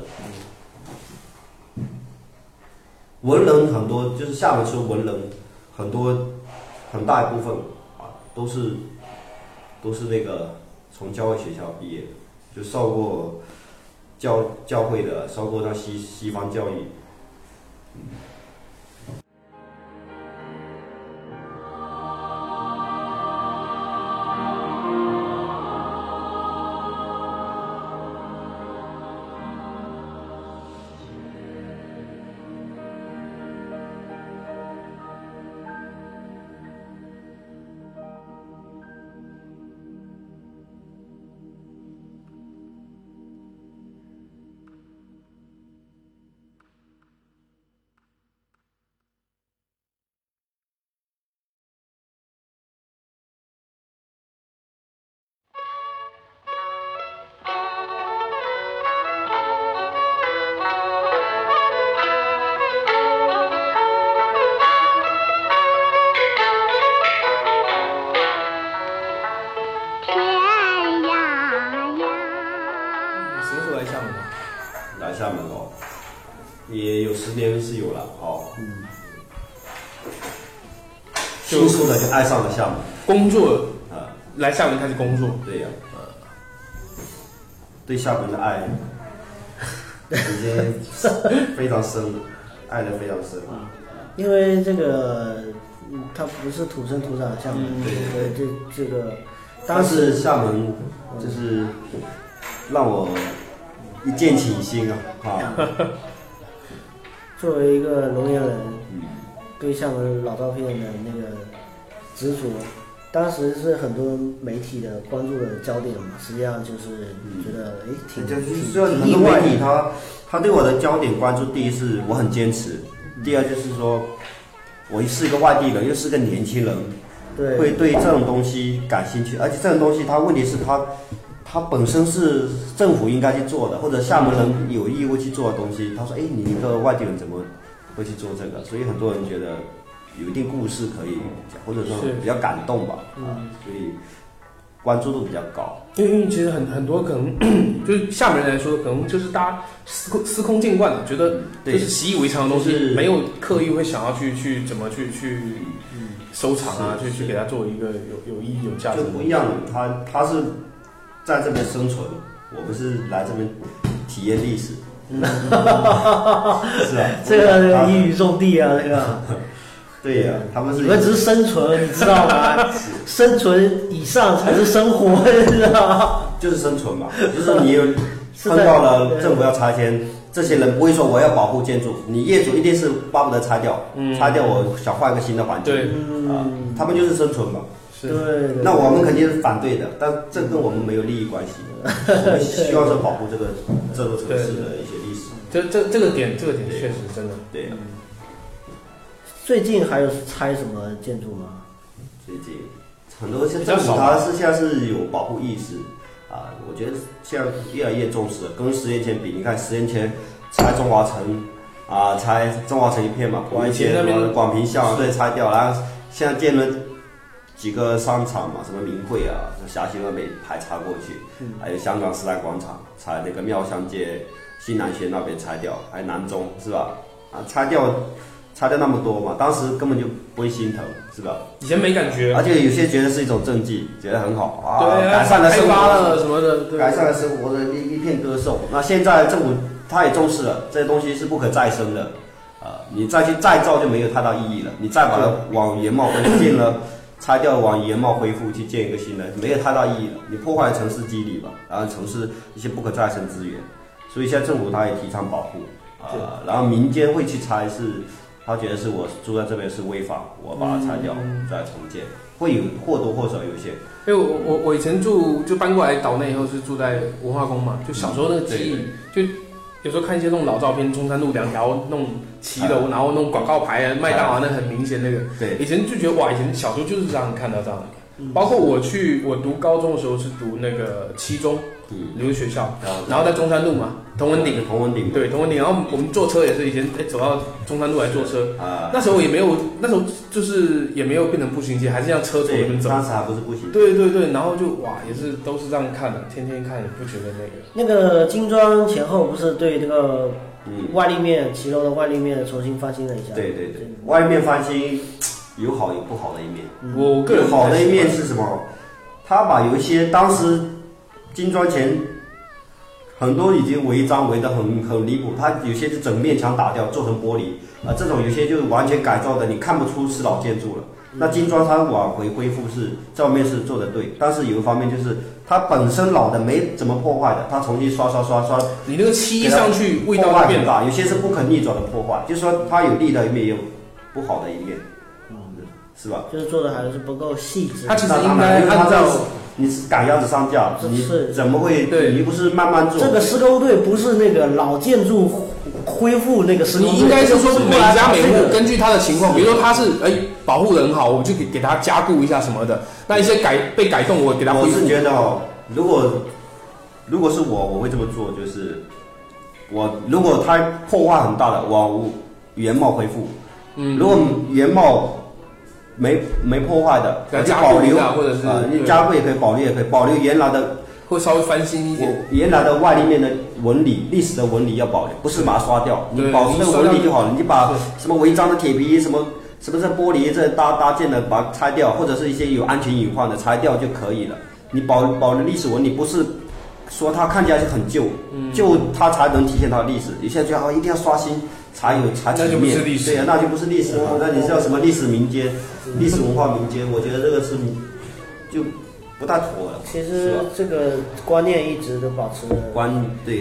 D: 文人很多，就是厦门说文人很多，很大一部分啊，都是都是那个从教会学校毕业的，就受过教教会的，受过那西西方教育。嗯新出的就爱上了厦门，
C: 工作啊，来厦门开始工作，
D: 对呀、啊，呃，对厦门的爱已经非常深了，爱的非常深。
B: 因为这个，嗯，他不是土生土长的厦门，
D: 对
B: 对对，这这个，
D: 当时厦门就是让我一见倾心啊，啊。
B: 作为一个聋哑人，对像老照片的那个执着，当时是很多媒体的关注的焦点嘛，实际上就是觉得哎、嗯，挺
D: 挺挺意外的。他他对我的焦点关注，第一是我很坚持，第二就是说，我是一个外地人，又是个年轻人，
B: 对，
D: 会对这种东西感兴趣，而且这种东西，它问题是它。它本身是政府应该去做的，或者厦门人有义务去做的东西。他说：“哎，你一个外地人怎么会去做这个？”所以很多人觉得有一定故事可以讲，或者说比较感动吧。嗯，所以关注度比较高。
C: 因为因为其实很很多可能就是厦门人来说，可能就是大家司空司空见惯的，觉得就是习以为常的东西，没有刻意会想要去去怎么去去收藏啊，去去给它做一个有有意义有价值的。
D: 就不一样，他他是。在这边生存，我不是来这边体验历史，嗯、是啊，
B: 这个一语中的啊，这个，
D: 对呀、啊，他们是
B: 你们只是生存，你知道吗？生存以上才是生活，你知道吗？
D: 就是生存嘛，就是你有碰到了政府要拆迁，这些人不会说我要保护建筑，你业主一定是巴不得拆掉，嗯、拆掉我想换一个新的环境，
C: 对，
D: 啊、呃，他们就是生存嘛。
B: 对, 对, 对，
D: 那我们肯定是反对的，但这跟我们没有利益关系。我们希望是保护这个这座城市的一些历史。
C: 这这这个点，这个点确实真的。
D: 对、啊。
B: 最近还有拆什么建筑吗？
D: 最近很多现在政府它是现在是有保护意识啊，我觉得现在越来越重视了。跟十年前比，你看十年前拆中华城啊，拆中华城一片嘛，以前什么广平巷对拆掉，然后现在建了。几个商场嘛，什么名汇啊，霞西那边排插过去，嗯、还有香港时代广场拆那个庙乡街、西南轩那边拆掉，还有南中是吧？啊，拆掉，拆掉那么多嘛，当时根本就不会心疼，是吧？
C: 以前没感觉，
D: 而且有些觉得是一种政绩，觉得很好啊，
C: 对
D: 改善了生活
C: 了什么的，
D: 改善了生活的一一片歌颂。那现在政府他也重视了，这些东西是不可再生的，啊，你再去再造就没有太大意义了，你再把它往原貌建了。拆掉往原貌恢复，去建一个新的，没有太大意义了。你破坏城市肌理吧，然后城市一些不可再生资源，所以现在政府他也提倡保护啊、呃，然后民间会去拆是，他觉得是我住在这边是违法，我把它拆掉、嗯、再重建，会有或多或少有些。
C: 因为我我我以前住就搬过来岛内以后是住在文化宫嘛，就小时候那个记忆、嗯、就。有时候看一些那种老照片，中山路两条那种骑楼，然后那种广告牌啊，麦当劳那很明显那个。
D: 对，
C: 以前就觉得哇，以前小时候就是这样看到这样的。嗯、包括我去我读高中的时候是读那个七中，留学校，嗯、然后在中山路嘛，同文鼎，
D: 同文鼎，
C: 对，同文鼎。然后我们坐车也是以前哎走到中山路来坐车，啊，那时候也没有，那时候就是也没有变成步行街，还是像车从那边走。
D: 当时还不是步行街。
C: 对对对，然后就哇，也是都是这样看的，天天看也不觉得那个。
B: 那个金庄前后不是对那个外立面骑楼的外立面重新翻新了一下？
D: 对对对，外面翻新。有好有不好的一面。
C: 我个人
D: 好的一面是什么？他把有一些当时金砖前很多已经违章违得很很离谱，他有些是整面墙打掉做成玻璃啊、呃，这种有些就完全改造的，你看不出是老建筑了。那金砖它往回恢复是这方面是做的对，但是有一方面就是它本身老的没怎么破坏的，它重新刷刷刷刷，
C: 你那个漆上去味道
D: 变大，有些是不可逆转的破坏，就是说它有利的一面也有不好的一面。是吧？
B: 就是做的还是不够细致。
C: 他其实应该按照
D: 你是赶鸭子上架，你怎么会？
C: 对，
D: 你不是慢慢做。
B: 这个施工队不是那个老建筑恢复那个施工队，
C: 你应该是说每家每户根据他的情况，比如说他是哎保护得很好，我们就给给他加固一下什么的。那一些改被改动，我给他恢复。
D: 我是觉得哦，如果如果是我，我会这么做，就是我如果它破坏很大的，往原貌恢复。嗯，如果原貌没没破坏的，
C: 就
D: 保留
C: 或者是
D: 啊，你加固也可以，保留也可以，保留原来的，
C: 或稍微翻新一点，
D: 原来的外立面的纹理，历史的纹理要保留，不是把它刷掉，你保持那个纹理就好了。你把什么违章的铁皮，什么什么这玻璃这搭搭建的，把它拆掉，或者是一些有安全隐患的拆掉就可以了。你保保留历史纹理，不是说它看起来是很旧，嗯、旧它才能体现它的历史。有些人觉得哦，一定要刷新。才有才体面，对呀、啊，那就不是历史了。那你知道什么历史民间、历史文化民间？我觉得这个是就不太妥了。
B: 其实这个观念一直都保持着。
D: 观对呀、啊，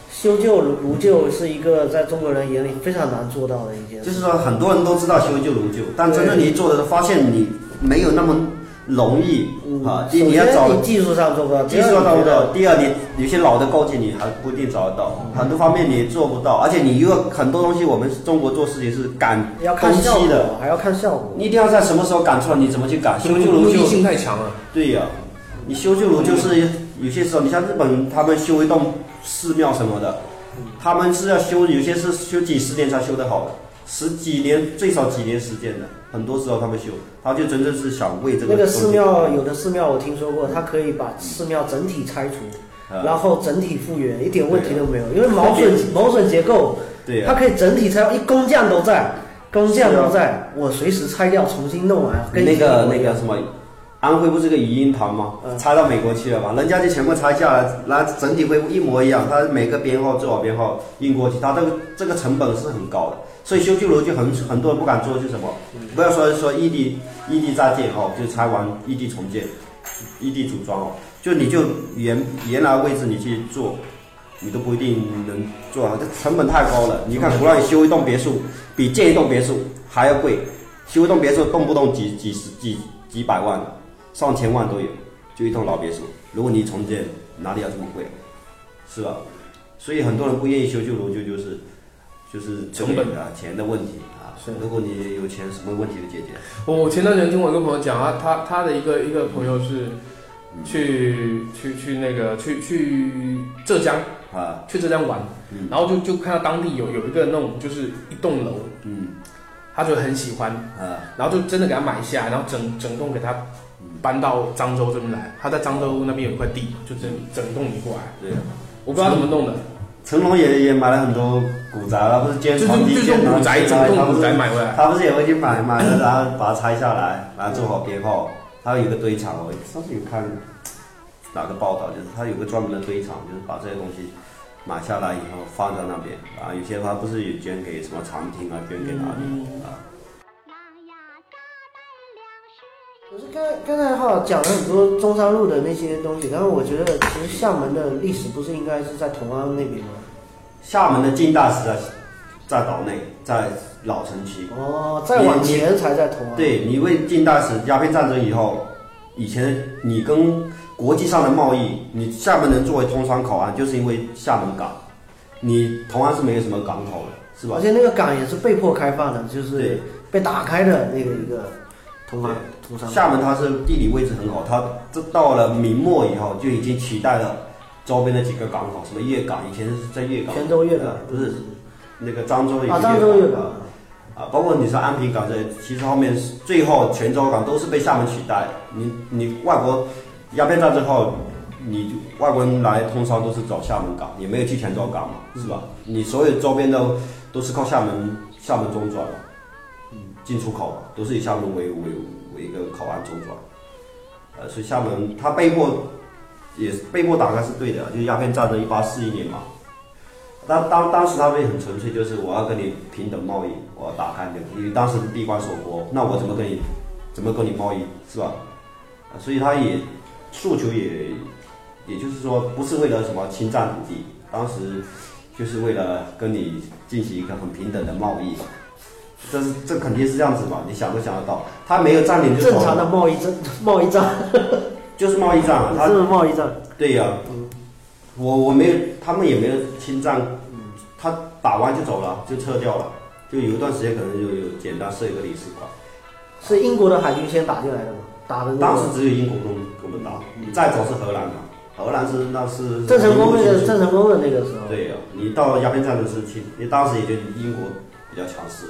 B: 修旧如旧是一个在中国人眼里非常难做到的一件事。
D: 就是说，很多人都知道修旧如旧，但真正你做的时候，发现你没有那么容易、嗯、啊。第一，你要找
B: 你技术上做不到，
D: 技术上做不到；第二，你有些老的构件你还不一定找得到，嗯、很多方面你做不到，而且你又很多东西，我们中国做事情是赶工期的，
B: 还要看效果。
D: 你一定要在什么时候赶出来，你怎么去赶？修旧如旧
C: 性太强了。
D: 对呀、啊，你修旧如旧是有些时候，你像日本他们修一栋寺庙什么的。他们是要修，有些是修几十年才修得好的，十几年最少几年时间的，很多时候他们修，他就真正是想为这个。
B: 那个寺庙，有的寺庙我听说过，他可以把寺庙整体拆除，嗯、然后整体复原，一点问题都没有，因为毛笋毛笋结构，
D: 对、啊，
B: 它可以整体拆，一工匠都在，工匠都在，啊、我随时拆掉，重新弄完。跟
D: 那个那个什么。安徽不是个育婴堂吗？拆到美国去了吧？人家就全部拆下来，然后整体恢复一模一样。他每个编号做好编号运过去，他这个这个成本是很高的。所以修旧如旧很很多人不敢做，就是什么？不要说说异地异地再建哦，就拆完异地重建，异地组装哦，就你就原原来位置你去做，你都不一定能做好，这成本太高了。你看，胡乱修一栋别墅，比建一栋别墅还要贵。修一栋别墅动不动几几十几几百万。上千万都有，就一栋老别墅。如果你重建，哪里要这么贵，是吧？所以很多人不愿意修旧如旧，就是就是
C: 成本
D: 啊钱的问题啊。如果你有钱，什么问题都解决。
C: 我前段时间听我一个朋友讲啊，他他的一个一个朋友是去、嗯、去去那个去去浙江啊，去浙江玩，嗯、然后就就看到当地有有一个那种就是一栋楼，嗯，他就很喜欢啊，然后就真的给他买下，然后整整栋给他。搬到漳州这边来，他在漳州那边有一块地，就整整栋移过来。对，我不知道怎么弄的。
D: 成龙也也买了很多古宅了，不是建床地建
C: 古宅，整栋古宅买回来。
D: 他不是也会去买买了，然后把它拆下来，然后做好编号。他有一个堆场，我上次有看哪个报道，就是他有个专门的堆场，就是把这些东西买下来以后放在那边啊。有些他不是也捐给什么餐厅啊，捐给哪里、嗯、啊？
B: 可是刚刚才哈讲了很多中山路的那些东西，但是我觉得其实厦门的历史不是应该是在同安那边吗？
D: 厦门的近代史在在岛内，在老城区。
B: 哦，再往前才在同安。
D: 对，你为近代史鸦片战争以后，以前你跟国际上的贸易，你厦门能作为通商口岸，就是因为厦门港，你同安是没有什么港口的，是吧？
B: 而且那个港也是被迫开放的，就是被打开的那个一个。
D: 厦门它是地理位置很好，它这到了明末以后就已经取代了周边的几个港口，什么粤港，以前是在粤港，
B: 泉州粤港
D: 不是那个漳州的一个
B: 啊，漳州粤港
D: 啊，包括你说安平港这，其实后面最后泉州港都是被厦门取代。你你外国鸦片战争后，你外国人来通商都是走厦门港，也没有去泉州港嘛，是吧？你所有周边的都是靠厦门厦门中转。进出口都是以厦门为为为一个口岸中转，呃，所以厦门它被迫也被迫打开是对的，就是鸦片战争一八四一年嘛。当当当时他们很纯粹，就是我要跟你平等贸易，我要打开你，因为当时是闭关锁国，那我怎么跟你怎么跟你贸易，是吧？啊，所以他也诉求也也就是说不是为了什么侵占土地，当时就是为了跟你进行一个很平等的贸易。这是这肯定是这样子嘛？你想都想得到，他没有占领就
B: 正常的贸易战，贸易战
D: 就是贸易战啊，他
B: 是贸易战。
D: 对呀、啊，嗯，我我没有，他们也没有侵占，嗯，他打完就走了，就撤掉了，就有一段时间可能就有简单设一个领事馆。
B: 是英国的海军先打进来的吗？打的、那个、
D: 当时只有英国跟跟我们打，你、嗯、再走是荷兰的，荷兰是那是
B: 郑成功那个郑成功的那个时候。
D: 对呀、啊，你到鸦片战争时期，你当时也就英国比较强势。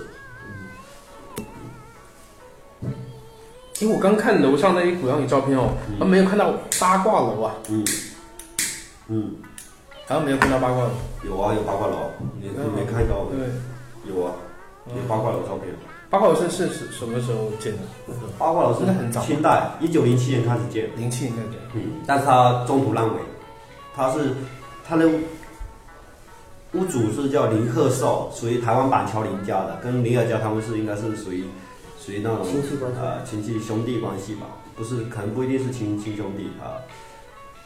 C: 因为我刚看楼上那一股样的照片哦，嗯、没有看到八卦楼啊。
D: 嗯。嗯。
C: 好像没有看到八卦楼。
D: 有啊，有八卦楼，你你没看到？对。有啊，有八卦楼照片。
C: 八卦楼是是是什么时候建的？
D: 八卦楼是
C: 很早，
D: 清代一九零七年开始建。
C: 零七年开始建。
D: 嗯，但是它中途烂尾，它是它的屋主是叫林鹤寿，属于台湾板桥林家的，跟林尔家他们是应该是属于。属于那种
B: 亲戚关系，
D: 呃，亲戚兄弟关系吧，不是，可能不一定是亲亲兄弟啊。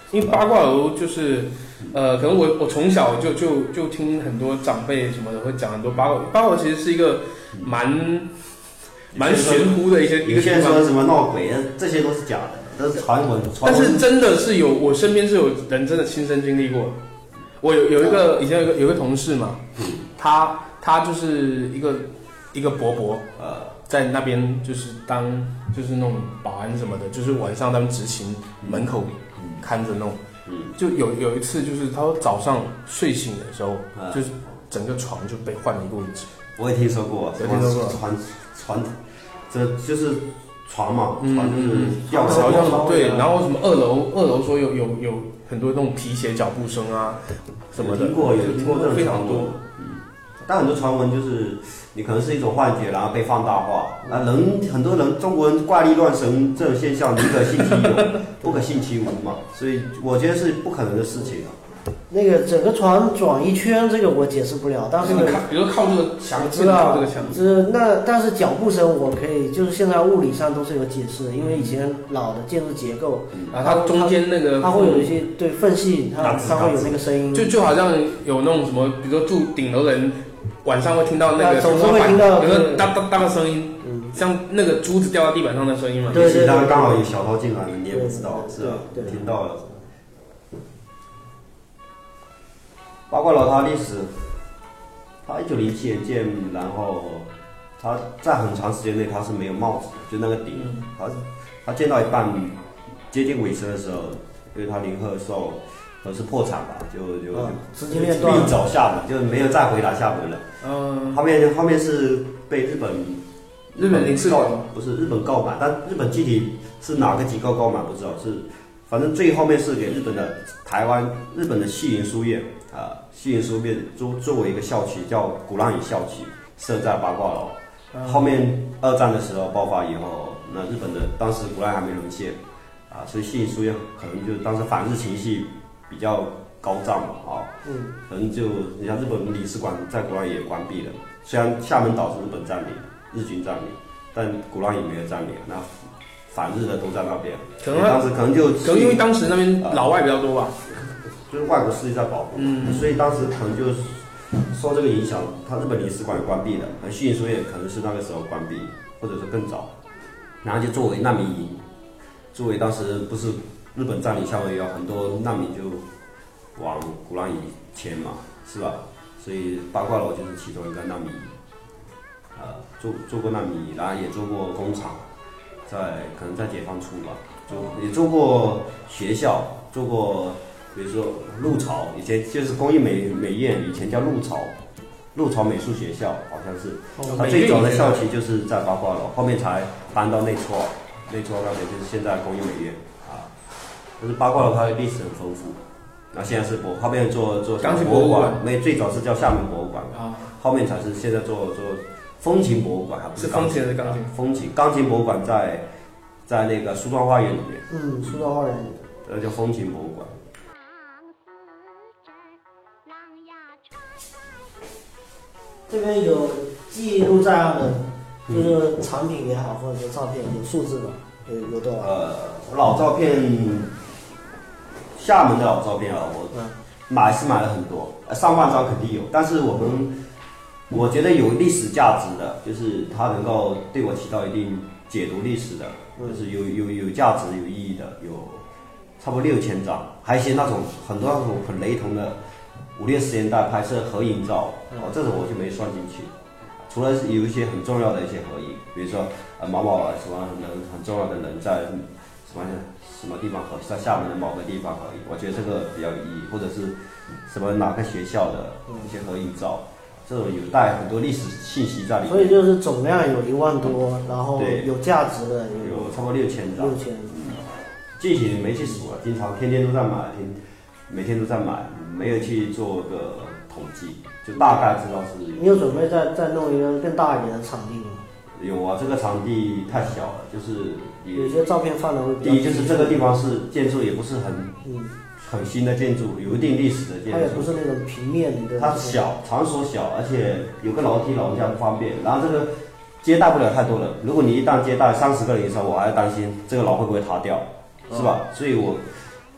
C: 因为八卦楼就是，呃，可能我我从小就就就听很多长辈什么的会讲很多八卦，八卦其实是一个蛮蛮玄乎的一些一个地方。
D: 有些人说什么闹鬼，这些都是假的，都是传闻。
C: 但是真的是有，我身边是有人真的亲身经历过的。我有有一个以前有一个有一个同事嘛，他他就是一个一个伯伯，呃，在那边就是当就是那种保安什么的，就是晚上他们执勤门口看着弄。就有有一次就是他早上睡醒的时候，就是整个床就被换了一个位置。
D: 我也听说过，
C: 有听说过
D: 传传，这就是床嘛，床就是吊
C: 好像对，然后什么二楼二楼说有有有很多那种皮鞋脚步声啊什么的，
D: 听过有听过这种
C: 非常多。
D: 嗯，但很多传闻就是你可能是一种幻觉，然后被放大化。啊，人很多人中国人怪力乱神这种现象，宁可信其有，不可信其无嘛。所以我觉得是不可能的事情啊。
B: 那个整个船转一圈，这个我解释不了，但是
C: 比如说靠这个墙，
B: 知道
C: 这个墙，
B: 是那但是脚步声我可以，就是现在物理上都是有解释的，因为以前老的建筑结构，
C: 啊，它中间那个
B: 它会有一些对缝隙，它它会有那个声音，
C: 就就好像有那种什么，比如说住顶楼的人晚上会听到那个
B: 总是会听到
C: 有个哒哒哒的声音，像那个珠子掉到地板上的声音嘛。
B: 对对对，
D: 刚刚好有小偷进来了，你也不知道，是吧？听到了。八卦楼它历史，它一九零七年建，然后它在很长时间内它是没有帽子的，就那个顶，它它建到一半接近尾声的时候，因为它林贺寿都是破产吧，就就就
B: 资金链断了，
D: 另找厦门，就没有再回答厦门了。嗯，后面后面是被日本
C: 日本领事馆
D: 不是日本告满，但日本具体是哪个机构告满不知道，是反正最后面是给日本的台湾日本的西营书院。啊，西营书院作作为一个校区，叫鼓浪屿校区，设在八卦楼。嗯、后面二战的时候爆发以后，那日本的当时鼓浪屿还没沦陷，啊，所以西营书院可能就当时反日情绪比较高涨嘛，啊，嗯，可能就你像日本领事馆在鼓浪屿也关闭了，虽然厦门岛是日本占领，日军占领，但鼓浪屿没有占领，那反日的都在那边。
C: 可能
D: 当时可能就
C: 可能因为当时那边老外比较多吧。
D: 就是外国势力在保护，嗯，所以当时可能就是受这个影响，他日本领事馆也关闭了，而西营书院可能是那个时候关闭，或者是更早，然后就作为难民营，作为当时不是日本占领夏威夷，很多难民就往鼓浪屿迁嘛，是吧？所以八卦楼就是其中一个难民营，呃，做做过难民营，然后也做过工厂，在可能在解放初吧，做也做过学校，做过。比如说陆朝，以前就是工艺美美院，以前叫陆朝，陆朝美术学校好像是，它最早的校区就是在八卦楼，后面才搬到内厝，内厝那边就是现在工艺美院啊。就是八卦楼它的历史很丰富，然后现在是博后面做做博物馆，没最早是叫厦门博物馆啊，后面才是现在做做风琴博物馆，还不是
C: 风琴还是钢琴？
D: 风琴钢琴博物馆在在那个梳妆花园里面，
B: 嗯，梳妆花园，
D: 呃叫风琴博物馆。
B: 这边有记录在案的，就是产品也好，或者说照片有数字吗？有有多少？
D: 呃，老照片，厦门的老照片啊，我买是买了很多，上万张肯定有。但是我们，我觉得有历史价值的，就是它能够对我起到一定解读历史的，就是有有有价值、有意义的，有差不多六千张，还有一些那种很多那种很雷同的。五六十年代拍摄合影照，哦，这种我就没算进去。除了是有一些很重要的一些合影，比如说呃某某什么人很重要的人在什么什么地方合，在厦门的某个地方合影，我觉得这个比较有意义，或者是什么哪个学校的一些合影照，这种有带很多历史信息在里面。
B: 所以就是总量有一万多，然后有价值的
D: 有, 有差不多六千张。
B: 六千，
D: 具体没去数了，经常天天都在买，天每天都在买。没有去做个统计，就大概知道是。
B: 你有准备再再弄一个更大一点的场地吗？
D: 有啊，这个场地太小了，就是
B: 有些照片放的会比较。
D: 第一就是这个地方是建筑也不是很嗯很新的建筑，有一定历史的建筑。
B: 它也不是那种平面的。
D: 它小，场所小，而且有个楼梯，老人家不方便。然后这个接待不了太多人，如果你一旦接待三十个人以上，我还要担心这个楼会不会塌掉，是吧？哦、所以我。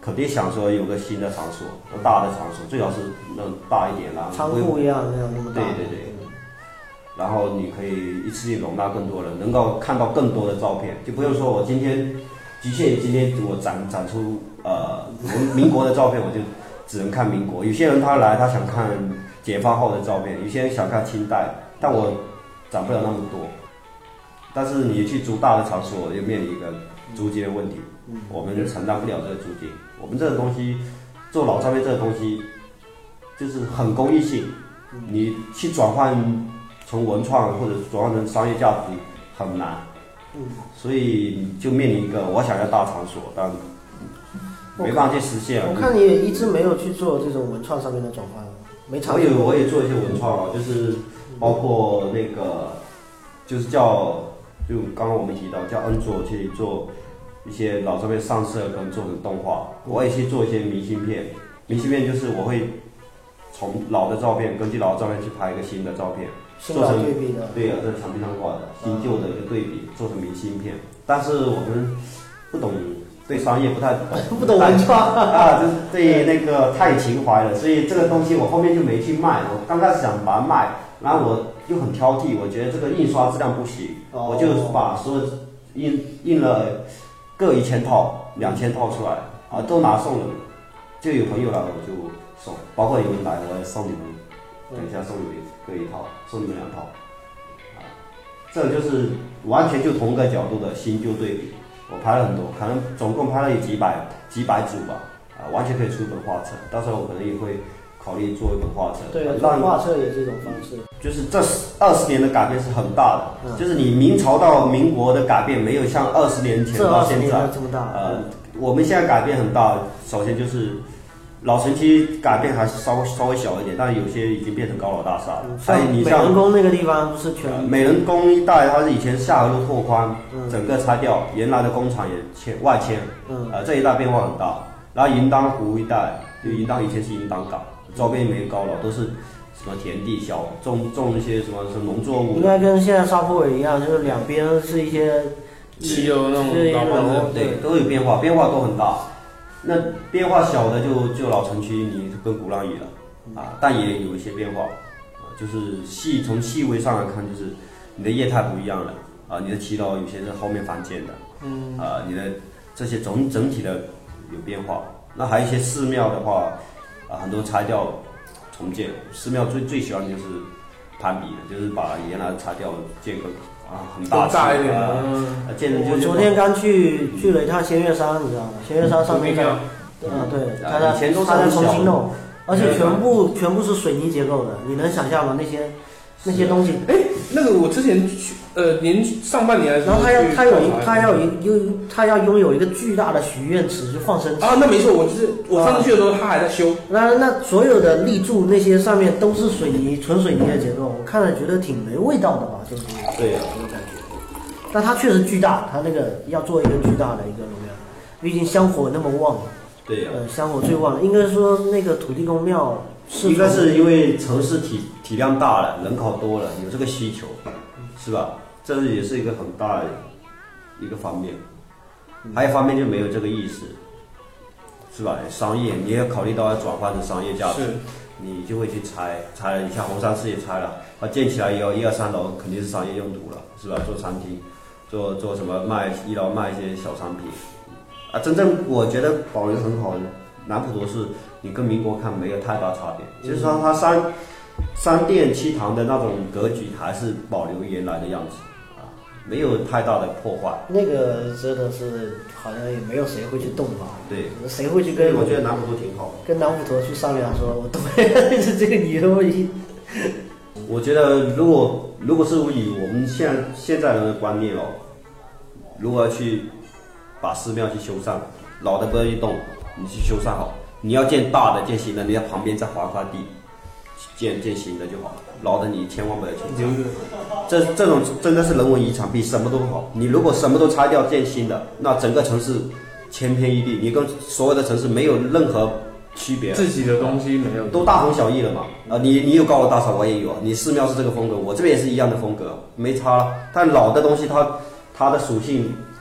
D: 肯定想说有个新的场所，大的场所，最好是能大一点啦，
B: 仓库一样那样那么大。
D: 对对对。然后你可以一次性容纳更多人，能够看到更多的照片，就不用说我今天局限于今天我展展出呃民国的照片，我就只能看民国。有些人他来他想看解放后的照片，有些人想看清代，但我展不了那么多。但是你去租大的场所，又面临一个租金的问题，我们承担不了这个租金。我们这个东西做老照片这个东西就是很公益性，你去转换从文创或者转换成商业价值很难，所以就面临一个我想要大场所，但没办法去实现。
B: 我看你也一直没有去做这种文创上面的转换，没尝试过。
D: 我也我也做一些文创了，就是包括那个就是叫就刚刚我们提到叫恩佐去做一些老照片上色跟做成动画，我也去做一些明信片。明信片就是我会从老的照片根据老的照片去拍一个新的照片。
B: 新老对比的，
D: 对呀、啊，在墙壁上挂的新旧的一个对比，做成明信片。但是我们不懂，对商业不太懂，
B: 不懂文创
D: 啊，就是对那个太情怀了，所以这个东西我后面就没去卖。我刚开始想把它卖，然后我又很挑剔，我觉得这个印刷质量不行，哦、我就把所有印印了各一千套、两千套出来啊，都拿送人，就有朋友来我就送，包括有人来我也送你们。等一下送你们各一套，送你们两套，啊，这就是完全就同一个角度的新旧对比。我拍了很多，可能总共拍了有几百几百组吧，啊，完全可以出一本画册。到时候我可能也会考虑做一本画册。
B: 对，让画册也是一种方式。
D: 就是这二十年的改变是很大的，嗯、就是你明朝到民国的改变没有像二十年前到现在
B: 这么大。
D: 呃，我们现在改变很大，首先就是。老城区改变还是稍微稍微小一点，但是有些已经变成高楼大厦了。
B: 所以你像美人宫那个地方不是全、呃、
D: 美人宫一带，它是以前下河路拓宽，嗯、整个拆掉，原来的工厂也迁外迁，嗯，呃这一带变化很大。然后云当湖一带，就云当以前是云当港，周边没有高楼，都是什么田地小种种一些什么什么农作物。
B: 应该跟现在沙坡尾一样，就是两边是一些
C: 汽油那种老房子，
D: 对，都有变化，变化都很大。那变化小的就就老城区，你跟鼓浪屿了啊，但也有一些变化啊，就是细从细微上来看，就是你的业态不一样了啊，你的骑楼有些是后面翻建的，嗯啊，你的这些整整体的有变化。那还有一些寺庙的话啊，很多拆掉重建，寺庙最最喜欢就是攀比的，就是把原来的拆掉建个。啊，很大
C: 大一点的。
B: 嗯，我昨天刚去去了一趟仙月山，你知道吗？仙月山上面的，嗯，对，它在它在重新弄，而且全部全部是水泥结构的，你能想象吗？那些那些东西。
C: 哎，那个我之前去，呃，年上半年，
B: 然后他要他有一他要有拥他要拥有一个巨大的许愿池，就放生池。
C: 啊，那没错，我就是我上次去的时候，他还在修。
B: 那那所有的立柱那些上面都是水泥，纯水泥的结构，我看了觉得挺没味道的吧，就是。
D: 对呀。
B: 但它确实巨大，它那个要做一个巨大的一个容量，毕竟香火那么旺。
D: 对呀、啊。
B: 呃，香火最旺，应该说那个土地公庙是。
D: 应该是因为城市体体量大了，人口多了，有这个需求，是吧？这也是一个很大的一个方面。还有一方面就没有这个意识，是吧？商业你也要考虑到要转换成商业价值，你就会去拆，拆了，你像红山寺也拆了，它建起来以后一二三楼肯定是商业用途了，是吧？做餐厅。做做什么卖一楼卖一些小商品，啊，真正我觉得保留很好的南普陀寺，你跟民国看没有太大差别，嗯、就是说它三三殿七堂的那种格局还是保留原来的样子，啊，没有太大的破坏。
B: 那个真的是好像也没有谁会去动它，
D: 对，
B: 谁会去跟？
D: 我觉得南普陀挺好，
B: 跟南普陀去商量说，我对是这个理由一。
D: 我觉得如果如果是以我们现在现在人的观念哦。如果要去把寺庙去修缮，老的不要去动，你去修缮好。你要建大的、建新的，你在旁边再划块地，建建新的就好。老的你千万不要去。这这种真的是人文遗产，比什么都好。你如果什么都拆掉建新的，那整个城市千篇一律，你跟所有的城市没有任何区别。
C: 自己的东西没有，
D: 都大同小异了嘛。啊，你你有高楼大厦，我也有，你寺庙是这个风格，我这边也是一样的风格，没差。但老的东西它。它的属性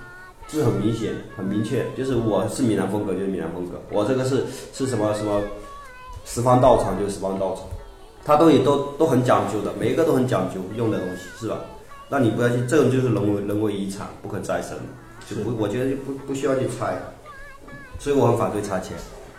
D: 就是很明显、很明确，就是我是闽南风格就是闽南风格，我这个是是什么什么十方道场就是十方道场，它都也都都很讲究的，每一个都很讲究用的东西，是吧？那你不要去，这种就是人为人为遗产，不可再生，就不我觉得就不不需要去拆，所以我很反对拆迁。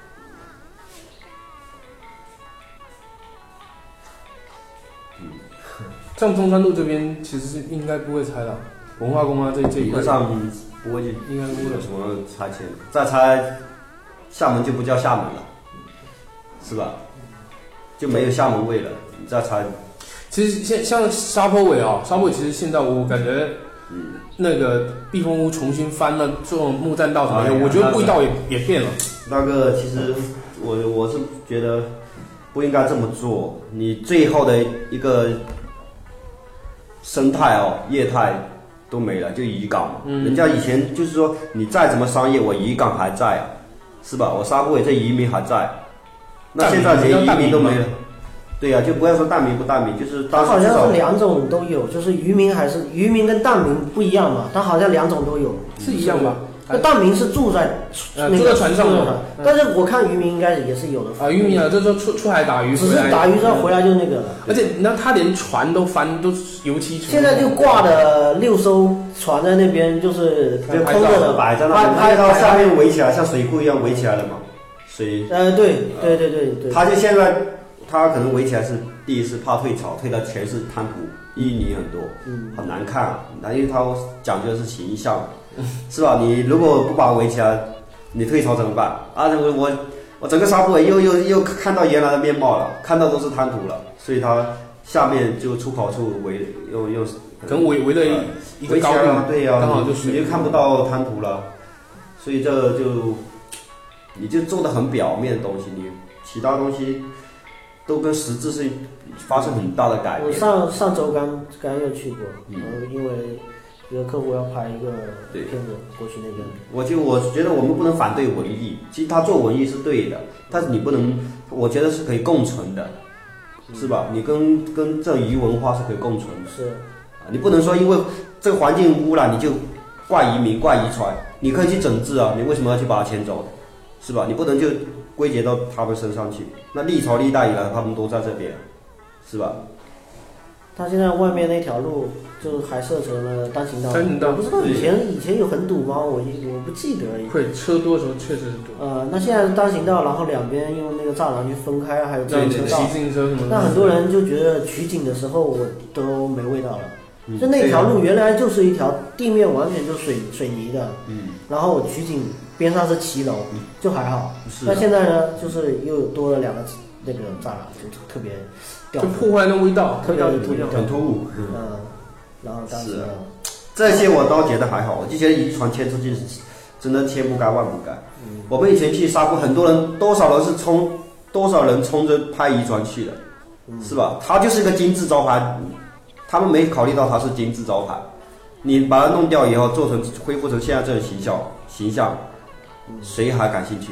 C: 嗯，像中山路这边其实是应该不会拆的，文化宫啊这这一块
D: 上不会去，
C: 应该不会
D: 有什么拆迁，再拆厦门就不叫厦门了，是吧？就没有厦门味了，你再拆。
C: 其实像像沙坡尾啊，沙坡尾其实现在我感觉，嗯，那个避风屋重新翻了这种木栈道什么的，哎、我觉得味道也、那个、也变了。
D: 那个其实我我是觉得不应该这么做，你最后的一个生态哦业态都没了，就渔港嘛、嗯。人家以前就是说你再怎么商业，我渔港还在啊，是吧？我沙坡尾这渔民还在，那现在连渔民都没了。对呀、啊，就不要说蛋民不蛋民，就是
B: 它好像是两种都有，就是渔民还是渔民跟蛋民不一样嘛，它好像两种都有，
C: 是一样吧？
B: 那蛋民是住在、
C: 呃、住在船上的、
B: 嗯，但是我看渔民应该也是有的
C: 啊，渔民啊，这就出出海打鱼，
B: 只是打鱼之后回来就那个了。
C: 而且那他连船都翻，都油漆。
B: 现在就挂的六艘船在那边，就是就空着的，
D: 摆在那，拍到下面围起来，像水库一样围起来了嘛。水
B: 呃，对对对对对，
D: 他就现在。他可能围起来是第一是怕退潮，退的全是滩涂，淤泥很多，嗯，很难看。那因为他讲究的是形象，是吧？你如果不把它围起来，你退潮怎么办？啊，我我我整个沙坡尾又又又看到原来的面貌了，看到都是滩涂了，所以它下面就出口处围又又
C: 可能围围了一个高
D: 度，对呀、啊，
C: 刚好就
D: 你就看不到滩涂了，所以这就你就做的很表面的东西，你其他东西。都跟实质是发生很大的改变。
B: 我上上周刚刚又去过，然后因为一个客户要拍一个片子过去那边。
D: 我就我觉得我们不能反对文艺，其实他做文艺是对的，但是你不能，我觉得是可以共存的，是吧？你跟跟这鱼文化是可以共存的。
B: 是，
D: 你不能说因为这个环境污染你就怪移民怪遗传，你可以去整治啊，你为什么要去把它迁走？是吧？你不能就归结到他们身上去。那历朝历代以来，他们都在这边，是吧？
B: 他现在外面那条路就还设成了单行道。单
C: 行道，
B: 我不知道以前以前有很堵吗？我我不记得。
C: 会车多的时候确实是堵。
B: 呃，那现在是单行道，然后两边用那个栅栏去分开，还有自行车道。
C: 骑自行车什么的。
B: 那很多人就觉得取景的时候我都没味道了。嗯、就那条路原来就是一条地面完全就水水泥的，嗯，然后我取景边上是骑楼，嗯、就还好。那现在呢，就是又多了两个那个栅栏，就特别掉，
C: 就破坏那味道，
B: 特别特别
D: 很突兀。
B: 嗯，然后当时呢，
D: 这些我倒觉得还好，我就觉得渔船迁出去，真的千不该万不该。嗯，我们以前去沙坡，很多人多少人是冲，多少人冲着拍渔船去的，嗯、是吧？它就是一个金字招牌。他们没考虑到它是金字招牌，你把它弄掉以后，做成恢复成现在这种形象形象，谁还感兴趣？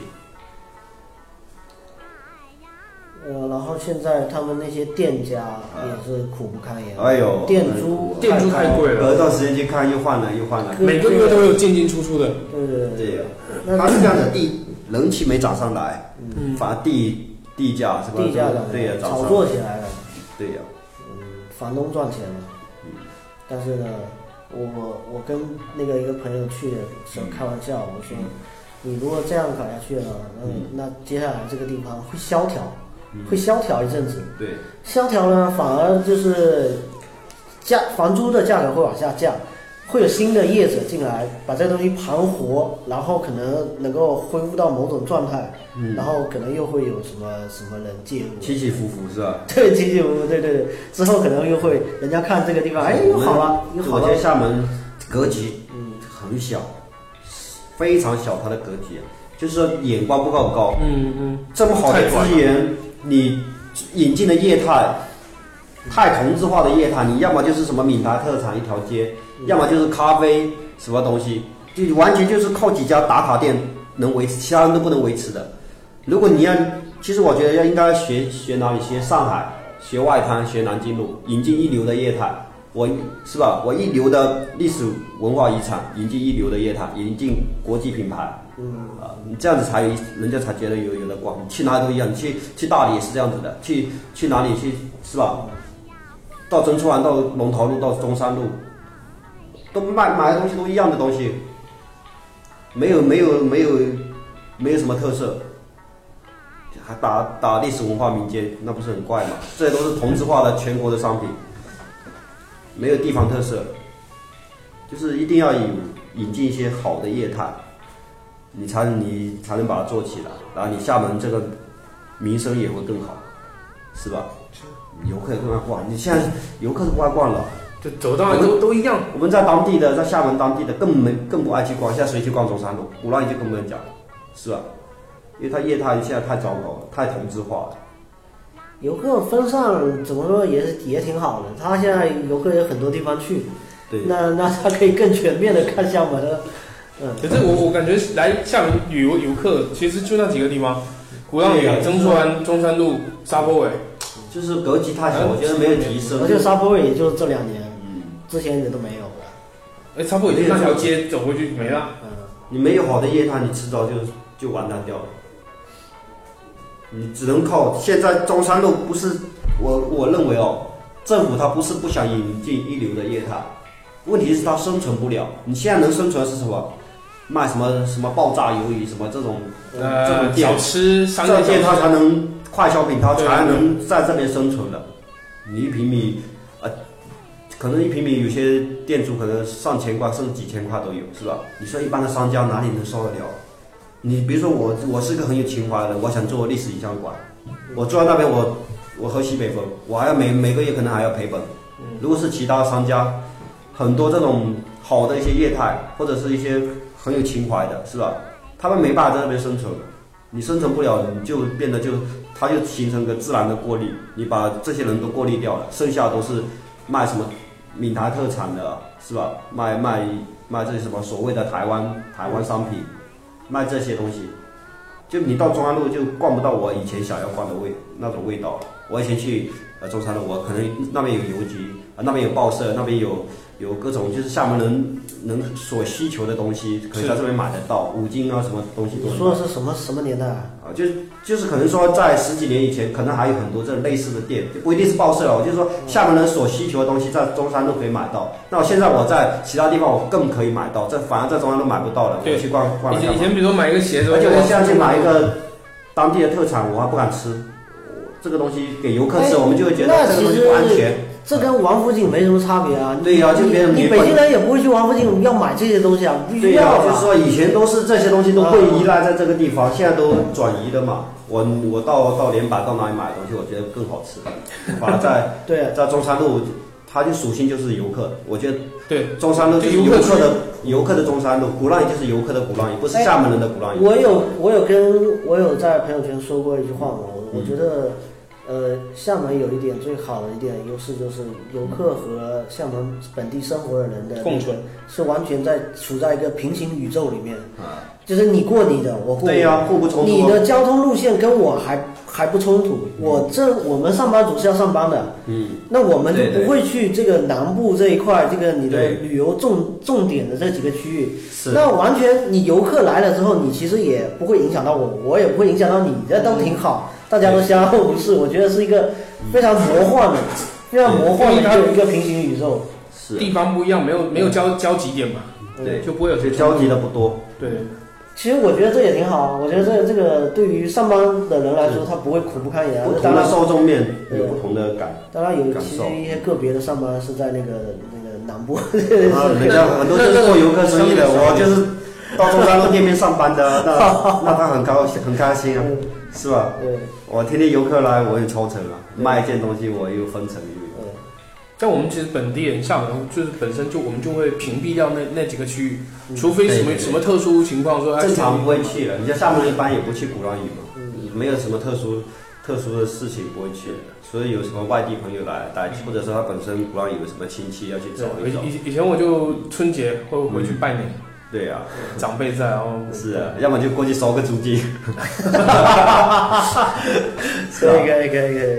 B: 呃，然后现在他们那些店家也是苦不堪言。
D: 哎呦，
B: 店租
C: 店租太贵了，
D: 隔一段时间去看又换了又换了，
C: 每个月都有进进出出的。
B: 对对
D: 对对，它是这样的，地人气没涨上来，嗯，反而地地价是吧？
B: 地价涨，
D: 对呀，
B: 炒作起来了。
D: 对呀。
B: 房东赚钱了，嗯，但是呢，我我跟那个一个朋友去的时候开玩笑，我说，你如果这样搞下去了，嗯，那接下来这个地方会萧条，会萧条一阵子，
D: 对，
B: 萧条呢，反而就是价房租的价格会往下降，会有新的业者进来把这个东西盘活，然后可能能够恢复到某种状态，嗯，然后可能又会有什么什么人介入，
D: 起起伏伏是吧？
B: 对，起起伏伏，对对对，之后可能又会人家看这个地方，哎，又好了，又好了。
D: 我觉得厦门格局嗯很小，非常小，它的格局，就是说眼光不够高，嗯嗯，这么好的资源，你引进的业态。太同质化的业态，你要么就是什么闽台特产一条街，嗯、要么就是咖啡什么东西，就完全就是靠几家打卡店能维持，其他人都不能维持的。如果你要，其实我觉得要应该学学哪里？学上海，学外滩，学南京路，引进一流的业态， 我是吧？我一流的历史文化遗产，引进一流的业态，引进国际品牌，嗯啊，你这样子才有人家才觉得有有的逛。去哪里都一样，你去去大理也是这样子的，去去哪里去是吧？到珍珠湾，到龙桃路，到中山路，都卖买的东西都一样的东西，没有没有没有没有什么特色，还打打历史文化民间，那不是很怪吗？这些都是同质化的全国的商品。没有地方特色，就是一定要有引进一些好的业态，你才你才能把它做起来，然后你厦门这个名声也会更好，是吧？游客也更爱逛，你现在游客都不爱逛了，
C: 就走到都都一样。
D: 我们在当地的，在厦门当地的更没更不爱去逛，现在谁去逛中山路？鼓浪屿就更不能讲，是吧？因为它业态现在太糟糕了，太同质化了。
B: 游客分散怎么说也也挺好的，他现在游客有很多地方去，
D: 对，
B: 那那他可以更全面的看厦门的，嗯。
C: 可是我我感觉来厦门旅游游客其实就那几个地方，鼓浪屿、珍珠湾、中山路、沙坡尾，
D: 就是格局太小，我觉得没有提升。
B: 而且沙坡尾也就这两年，嗯，之前也都没有了。
C: 哎，沙坡尾那条街走过去没了，
B: 嗯，
D: 你没有好的业态，你迟早就就完蛋掉了。你只能靠现在中山路不是我我认为哦，政府它不是不想引进一流的业态，问题是它生存不了。你现在能生存是什么？卖什么什么爆炸鱿鱼什么这种
C: 呃
D: 这种店，
C: 小吃商业
D: 这店它才能快消品，它才能在这边生存的。你一平米呃，可能一平米有些店主可能上千块甚至几千块都有，是吧？你说一般的商家哪里能受得了？你比如说我，我是个很有情怀的，我想做历史影像馆，我坐在那边我，我我喝西北风，我还要每每个月可能还要赔本。如果是其他商家，很多这种好的一些业态，或者是一些很有情怀的，是吧？他们没办法在那边生存，你生存不了，你就变得就，它就形成个自然的过滤，你把这些人都过滤掉了，剩下都是卖什么闽台特产的，是吧？卖卖卖这些什么所谓的台湾台湾商品。卖这些东西，就你到中山路就逛不到我以前想要逛的味那种味道了。我以前去呃中山路，我可能那边有邮局，啊那边有报社，那边有有各种就是厦门人能所需求的东西，可以在这边买得到，五金啊什么东西都。
B: 你说的是什么什么年代啊？
D: 啊，就是就是可能说在十几年以前，可能还有很多这类似的店，就不一定是报社哦，就是说厦门人所需求的东西在中山路可以买到。那我现在我在其他地方我更可以买到，这反而在中山路买不到了。我去逛逛一下。
C: 以前比如说买一个鞋子，
D: 而且我现在去买一个当地的特产，我还不敢吃。这个东西给游客吃，我们就会觉得这个东西不安全。
B: 这跟王府井没什么差别啊。
D: 对呀、啊，就别人
B: 你北京人也不会去王府井要买这些东西啊，不需要、啊。
D: 就是说以前都是这些东西都会依赖在这个地方，嗯、现在都转移的嘛。我我到到连百到哪里买的东西，我觉得更好吃。反而在
B: 对、啊，
D: 在中山路，它的属性就是游客。我觉得
C: 对
D: 中山路就是游客的游客的中山路，鼓浪屿就是游客的鼓浪屿，不是厦门人的鼓浪屿。
B: 我有我有跟我有在朋友圈说过一句话嘛，我觉得。呃，厦门有一点最好的一点优势就是游客和厦门本地生活的人的
C: 共存，
B: 是完全在处在一个平行宇宙里面。啊，就是你过你的，我过我的。
D: 对呀、啊，互不冲突。
B: 你的交通路线跟我还还不冲突。嗯、我这我们上班族是要上班的，嗯，那我们就不会去这个南部这一块，这个你的旅游重重点的这几个区域。
D: 是。
B: 那完全你游客来了之后，你其实也不会影响到我，我也不会影响到你，这都挺好。大家都相安无事，我觉得是一个非常魔幻的、非常魔幻的一个平行宇宙。
D: 是
C: 地方不一样，没有没有交交集点嘛，
D: 对，
C: 就不会有这
D: 交集的不多。
C: 对，
B: 其实我觉得这也挺好，我觉得这这个对于上班的人来说，他不会苦不堪言。
D: 不同的受众面有不同的感。
B: 当然有，其实一些个别的上班是在那个那个南部，
D: 啊，人家很多就是做游客生意的，我就是到中山路店面上班的，那那他很高很开心啊。是吧？
B: 对，
D: 我天天游客来，我有抽成了，卖一件东西我有分成率。
C: 但我们其实本地人，厦门就是本身就我们就会屏蔽掉那那几个区域，嗯、除非什么什么特殊情况说，
D: 正常不会去的。你像厦门人一般也不去鼓浪屿嘛，嗯、没有什么特殊特殊的事情不会去的。所以有什么外地朋友来带，或者说他本身鼓浪屿有什么亲戚要去找一找。
C: 以以前我就春节会回去拜年。嗯
D: 对呀、啊，
C: 长辈在，然后
D: 是啊，要么就过去收个租金。
B: 可以可以可以可以，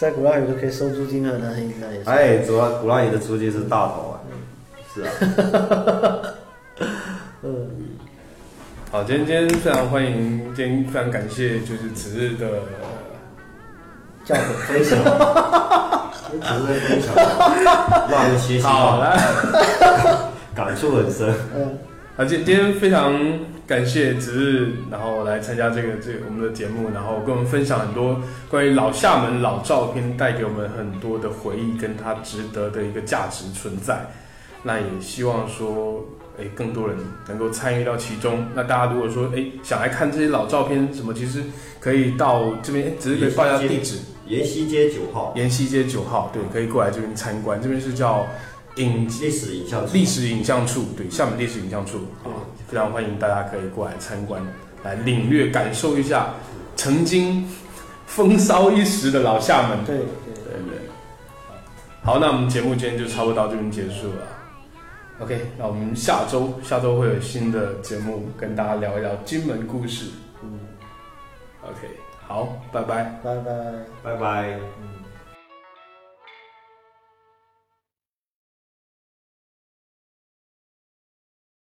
B: 在鼓浪屿都可以收租金了，那应该也是。
D: 哎，主要鼓浪屿的租金是大头啊，是啊。
B: 嗯，
C: 好，今天今天非常欢迎，今天非常感谢就是此日的
B: 教诲分享，
D: 此日分享，让人学习
C: 好来，
D: 感触很深。
B: 嗯，
C: 好，今今天非常感谢子日，然后来参加这个这个我们的节目，然后跟我们分享很多关于老厦门老照片，带给我们很多的回忆，跟它值得的一个价值存在。那也希望说，哎，更多人能够参与到其中。那大家如果说，哎，想来看这些老照片什么，其实可以到这边，只是可以报一下地址，
D: 延禧街九号。
C: 延禧街九号，对，可以过来这边参观。这边是叫影
D: 历史影像
C: 历史影像处，对，厦门历史影像处，对，非常欢迎大家可以过来参观，来领略感受一下曾经风骚一时的老厦门。
B: 对对
C: 对对。好，那我们节目今天就差不多到这边结束了。OK， 那我们下周下周会有新的节目跟大家聊一聊金门故事。
B: 嗯
C: OK， 好，拜拜，
B: 拜拜，
D: 拜拜。
B: 嗯。